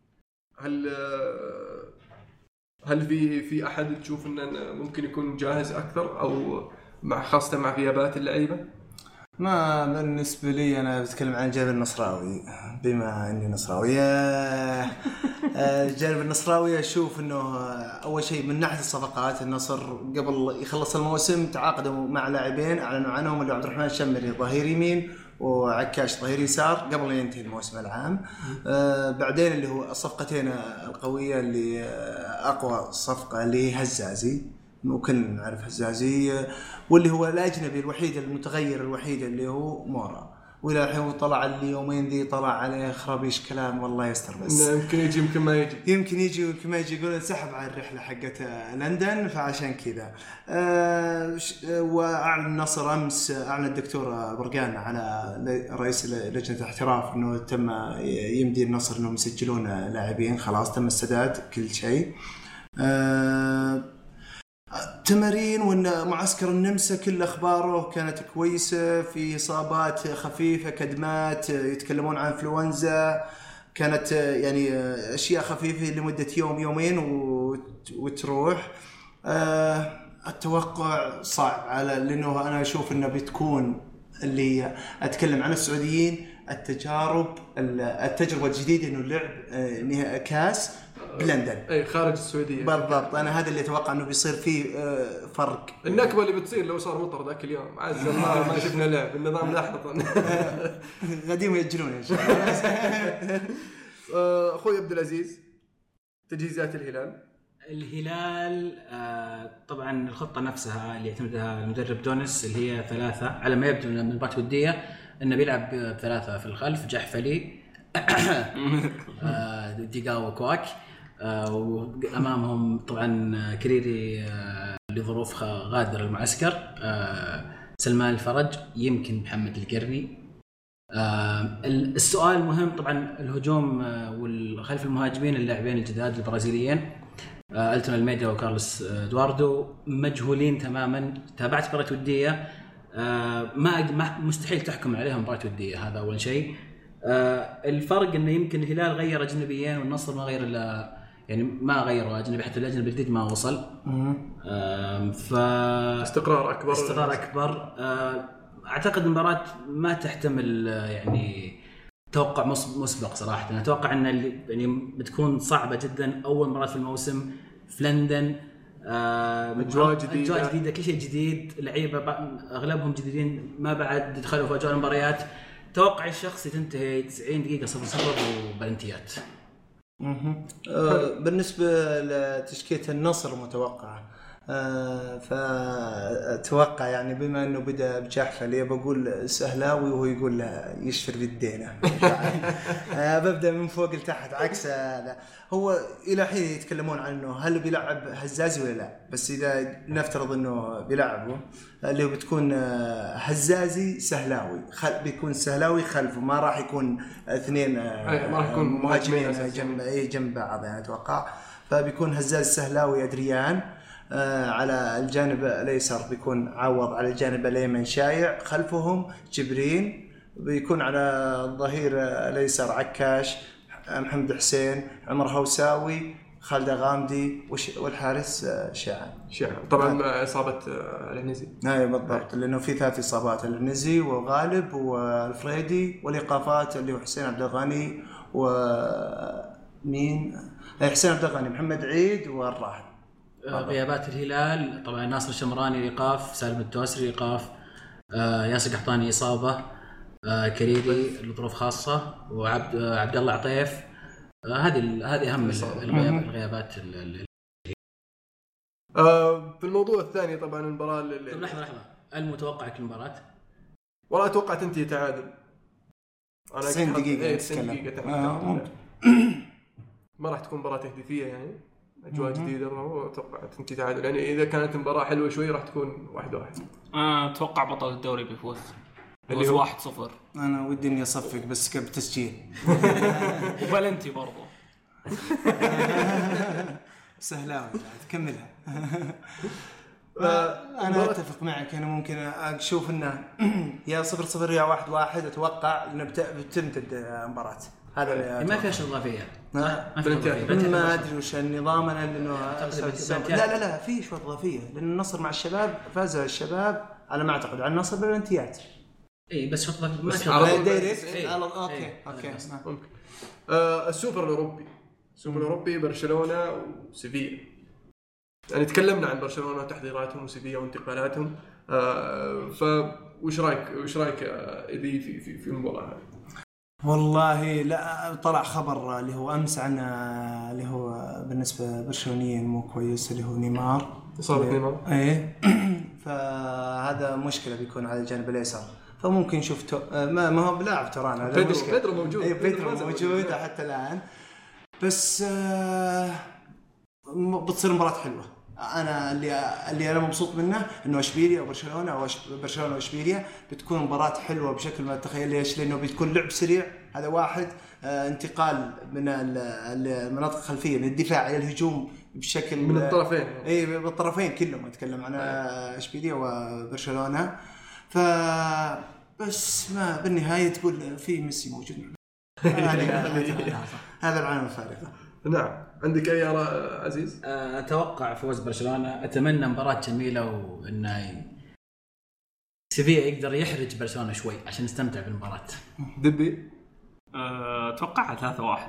هل في احد تشوف انه ممكن يكون جاهز اكثر او خاصه مع غيابات اللعيبه؟ ما بالنسبه لي انا بتكلم عن الجانب النصراوي، بما اني نصراوي. الجانب النصراوي اشوف انه اول شيء من ناحيه الصفقات، النصر قبل يخلص الموسم تعاقدوا مع لاعبين اعلنوا عنهم، اللي عبد الرحمن الشمري ظهير يمين وعكاش ظهير يسار قبل لا ينتهي الموسم العام. بعدين اللي هو الصفقتين القويه، اللي اقوى صفقه اللي هي هزازي، وكلنا نعرف هزازي، واللي هو الأجنبي الوحيد المتغير الوحيد اللي هو مورا. وإلى الحين طلع اليومين ذي طلع عليه خرابيش كلام والله يستر. بس يمكن يجي يمكن ما يجي، يمكن يجي ويمكن ما يجي. يقول انسحب على الرحلة حقت لندن، فعشان كذا. وأعلن النصر أمس، أعلن الدكتور برقان على رئيس لجنة الاحتراف أنه تم يمدي النصر أنهم يسجلون لاعبين، خلاص تم السداد كل شيء. تمارين وان معسكر النمسا كل اخباره كانت كويسه، في اصابات خفيفه، كدمات، يتكلمون عن انفلونزا، كانت يعني اشياء خفيفه لمده يوم يومين وتروح. التوقع صعب على، لانه انا اشوف انه بتكون اللي اتكلم عن السعوديين التجربه الجديده، انه لعب كاس بلندن اي خارج السعوديه بالضبط. انا هذا اللي اتوقع انه بيصير فيه فرق. النكبه اللي بتصير لو صار مطر ذاك اليوم عز الله ما شفنا لعب، النظام لاحظ. قاعدين يأجلون ان شاء الله. اخوي عبد العزيز، تجهيزات الهلال طبعا الخطه نفسها اللي يعتمدها المدرب دونس، اللي هي 3 على ما يبدو من المباراه الوديه، انه بيلعب ب3 في الخلف، جحفلي ديغاو وكواك، وامامهم طبعا كريري لظروف غادر المعسكر، سلمان الفرج، يمكن محمد القرني. السؤال المهم طبعا الهجوم والخلف المهاجمين اللاعبين الجداد البرازيليين ألتون الميدا وكارلوس دواردو مجهولين تماما. تابعت مباراة ودية، ما مستحيل تحكم عليهم مباراة ودية، هذا أول شيء. الفرق انه يمكن الهلال غير اجنبيين والنصر ما غير الا يعني ما غيروا اجنبي، حتى الاجنبي الجديد ما وصل. استقرار اكبر. اعتقد المباراه ما تحتمل يعني توقع مسبق صراحه. انا اتوقع ان يعني بتكون صعبه جدا، اول مباراه في الموسم في لندن، اجواء جديده، كل شيء جديد، لعيبه اغلبهم جديدين ما بعد دخلوا في اجواء المباريات. توقع الشخصي تنتهي 90 دقيقة 0-0 وبلنتيات. بالنسبة لتشكيلة النصر متوقعة، فأتوقع يعني بما أنه بدأ بجحفلي بقول سهلاوي وهو يقول يشفر بالدينة. ببدأ من فوق لتحت عكس هذا. هو إلى حين يتكلمون عنه هل بيلعب هزازي ولا لا، بس إذا نفترض أنه بيلعبه اللي هو بتكون هزازي سهلاوي، بيكون سهلاوي خلفه، ما راح يكون اثنين مهاجمين جنب بعض يعني أتوقع. فبيكون هزاز سهلاوي أدريان، على الجانب الأيسر بيكون عوض، على الجانب الأيمن شايع، خلفهم جبرين بيكون على الظهير الايسر عكاش، محمد حسين، عمر هوساوي، خالد غامدي، والحارس شاعن. طبعا اصابه العنزي. اي بالضبط، لانه في 3 اصابات، العنزي وغالب والفريدي، والايقافات اللي هو حسين عبد الغني ومين حسين عبد الغني، محمد عيد، والراحل. غيابات الهلال طبعا ناصر الشمراني ايقاف، سالم التوسري ايقاف، ياسر قحطاني اصابه، كريدي لظروف خاصه، وعبد الله عطيف. هذه اهم الغيابات. في الموضوع الثاني طبعا المباراه طب لحظه المتوقع المباراه والله اتوقع تنتهي تعادل. انا 90 دقيقه ما راح تكون مباراه تهديفيه يعني، اجواء جديده، واتوقع تنتهي تعادل. يعني اذا كانت المباراه حلوه شوي راح تكون 1-1. اتوقع بطل الدوري بيفوز اللي هو 1-0. انا ودي اني اصفق بس قبل تسجيل. وبلنتي برضو سهلاوي تكملها. انا اتفق معك، انا ممكن اشوف انه يا 0-0 يا 1-1. اتوقع انه بتمتد المباراه. هذا ما فيها اضافيه. ما ادري وش النظام. انا لانه لا في شوط اضافيه، لان النصر مع الشباب فاز الشباب على ما اعتقد على النصر بالبلنتيات. اي بس شوط اضافي ما اوكي ممكن. السوبر الاوروبي برشلونه وسيفيا. يعني تكلمنا عن برشلونه وتحضيراتهم وسيفيا وانتقالاتهم. وش رايك اذا في المباراه هذه؟ والله لا، طلع خبر اللي هو امس عن اللي هو بالنسبه برشلونيين مو كويس، اللي هو نيمار، اصابه نيمار. ايه فهذا مشكله بيكون على الجانب الايسر. فممكن نشوف ما هو بلاعب تران، هذا بيدرو موجود. ايه بيدرو موجود حتى الان. بس بتصير مباراه حلوه. انا اللي انا مبسوط منه انه اشبيليا وبرشلونه او برشلونه واشبيليا بتكون مباراه حلوه بشكل ما تتخيل. ليش؟ لانه بتكون لعب سريع، هذا واحد، انتقال من المناطق الخلفيه من الدفاع الى الهجوم بشكل من الطرفين. اي بالطرفين كلهم، اتكلم عن اشبيليا وبرشلونه. بس ما بالنهايه تقول في ميسي موجود. هذا العالم الفارقه. نعم. عندك اي آراء عزيز؟ اتوقع فوز برشلونه. اتمنى مباراه جميله، وانه سيفيا يقدر يحرج برشلونه شوي عشان نستمتع بالمباراه. دبي اتوقع 3-1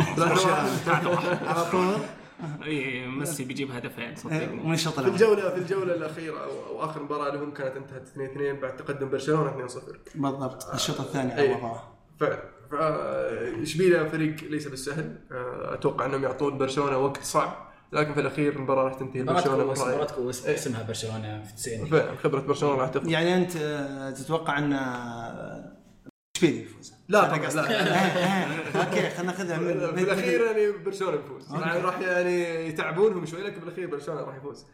على طول. اي ميسي بيجيب هدفين صدقني. في الجوله الاخيره او اخر مباراه لهم كانت انتهت 2-2 بعد تقدم برشلونه 2-0 بالضبط. الشوط الثاني المباراه إشبيليا فريق ليس بالسهل. أتوقع أنهم يعطون برشلونة وقت صعب، لكن في الأخير المباراة راح تنتهي برشلونة. مباراتكم اسمها برشلونة في 90. خبرة برشلونة راح تفرق. يعني أنت تتوقع أن إشبيليا يفوز؟ لا أوكي خلنا ناخذها في الأخير يعني برشلونة يفوز. يعني راح يعني يتعبونهم شوي، لكن بالأخير برشلونة راح يفوز.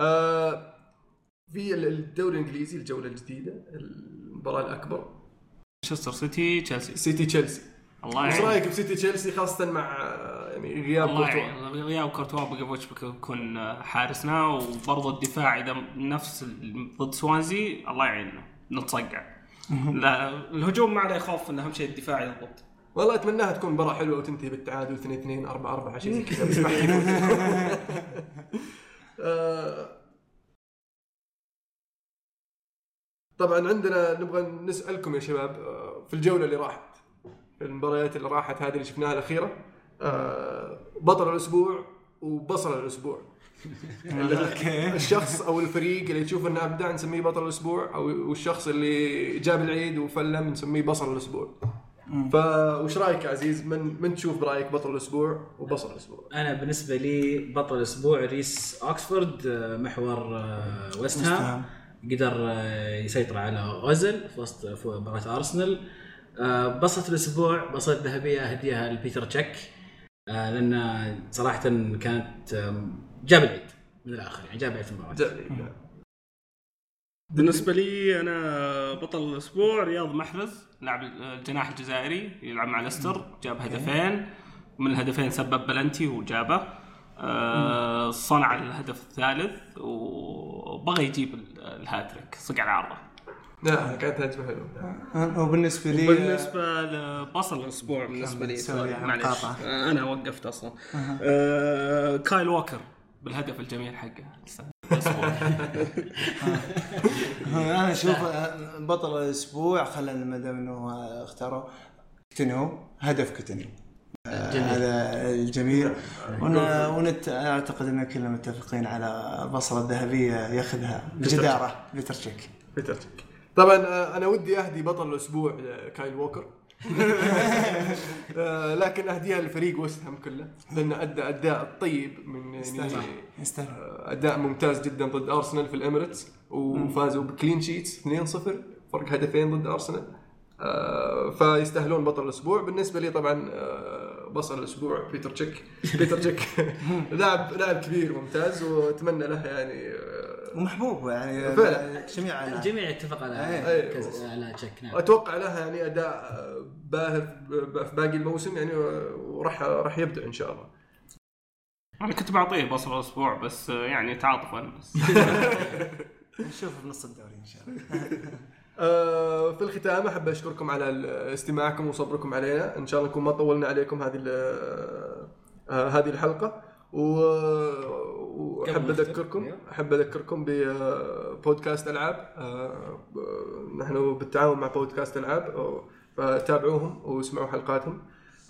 في الدوري الإنجليزي الجولة الجديدة المباراة الأكبر مانشستر سيتي تشيلسي. الله ايش رايك بسيتي تشيلسي خاصه مع يعني غياب كورتوا بقى بيكون حارسنا، وبرضه الدفاع اذا نفس ضد سوانزي الله يعيننا نتصقع. لا الهجوم ما عليه يخاف، انه اهم شيء الدفاع يضبط. والله اتمناها تكون مباراه حلوه وتنتهي بالتعادل 2-2 4-4 شيء زي كذا بس ما حيفوز. طبعا عندنا نبغى نسألكم يا شباب في الجولة اللي راحت، في المباريات اللي راحت هذه اللي شفناها الأخيرة، بطل الأسبوع وبصل الأسبوع. الشخص أو الفريق اللي تشوف أنه أبدع نسميه بطل الأسبوع، أو الشخص اللي جاب العيد وفلم نسميه بصل الأسبوع. فوش رأيك يا عزيز؟ من تشوف برأيك بطل الأسبوع وبصل الأسبوع؟ أنا بالنسبة لي بطل الأسبوع ريس أكسفورد، محور ويست هام، قدر يسيطر على أوزيل في وسط مباراة أرسنال. بصلة الأسبوع بصلة ذهبية هديها لبيتر تشيك، لأن صراحة كانت جاب العيد من الآخر، يعني جاب العيد في المباراة. بالنسبة لي أنا بطل الأسبوع رياض محرز، لاعب الجناح الجزائري يلعب مع ليستر، جاب هدفين، ومن الهدفين سبب بلنتي وجابه. صنع الهدف الثالث وبغى يجيب الهاتريك، صقع العارضة. لا كانت هجمه حلوه. وبالنسبه لي بالنسبه لبصل الاسبوع بالنسبه لي معليش انا وقفت اصلا. كايل ووكر بالهدف الجميل حقه. انا اشوف بطل الاسبوع خلينا ما دام انه اختاروا كوتينيو، هدف كوتينيو هذا الجميل. وانا اعتقد ان كلنا متفقين على البصله الذهبيه ياخذها بجداره بيتر تشيك. طبعا انا ودي اهدي بطل الاسبوع كايل ووكر لكن اهديها للفريق وستهام كله لانه ادى اداء طيب من يعني اداء ممتاز جدا ضد ارسنال في الاميريتس وفازوا بكلين شيتس 2-0 فرق هدفين ضد ارسنال. فيستاهلون بطل الاسبوع. بالنسبه لي طبعا بطل الاسبوع بيتر تشيك لاعب كبير ممتاز واتمنى له يعني ومحبوب يعني الجميع يتفق على تشيك. نعم اتوقع له يعني اداء باهر في باقي الموسم يعني وراح يبدع ان شاء الله. انا كنت بعطيه بصل الاسبوع بس يعني تعاطفا بس نشوفه بنص الدوري ان شاء الله. في الختام أحب أشكركم على استماعكم وصبركم علينا. إن شاء الله نكون ما طولنا عليكم هذه الحلقة. وأحب أذكركم ببودكاست ألعاب. نحن بالتعاون مع بودكاست ألعاب فتابعوهم واسمعوا حلقاتهم.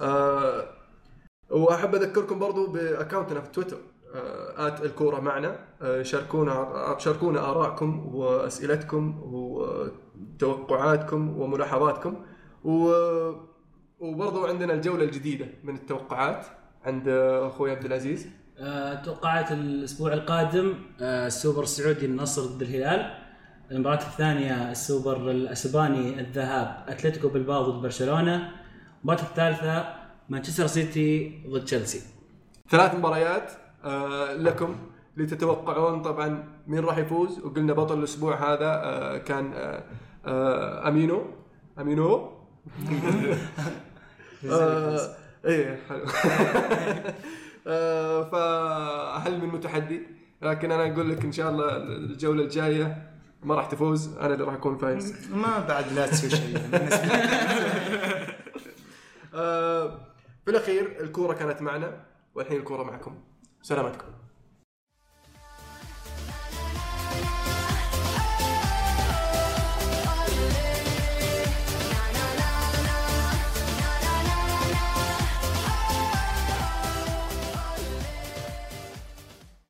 وأحب أذكركم برضو بأكاونتنا في تويتر @الكورة معنا. شاركونا آراءكم وأسئلتكم وتوقعاتكم وملاحظاتكم. وبرضو عندنا الجولة الجديدة من التوقعات عند أخوي عبد العزيز. توقعات الأسبوع القادم السوبر السعودي النصر ضد الهلال. المباراة الثانية السوبر الأسباني الذهاب أتلتيكو بالباو ضد برشلونة. المباراة الثالثة مانشستر سيتي ضد تشيلسي. 3 مباريات لكم لتتوقعون طبعا مين راح يفوز. وقلنا بطل الأسبوع هذا كان أمينو ايه حلو. فهل من متحدي لكن انا اقول لك ان شاء الله الجوله الجايه ما راح تفوز انا اللي راح اكون فايز. ما بعد لا تسوي شيء. في الاخير الكوره كانت معنا والحين الكوره معكم. سلامتكم.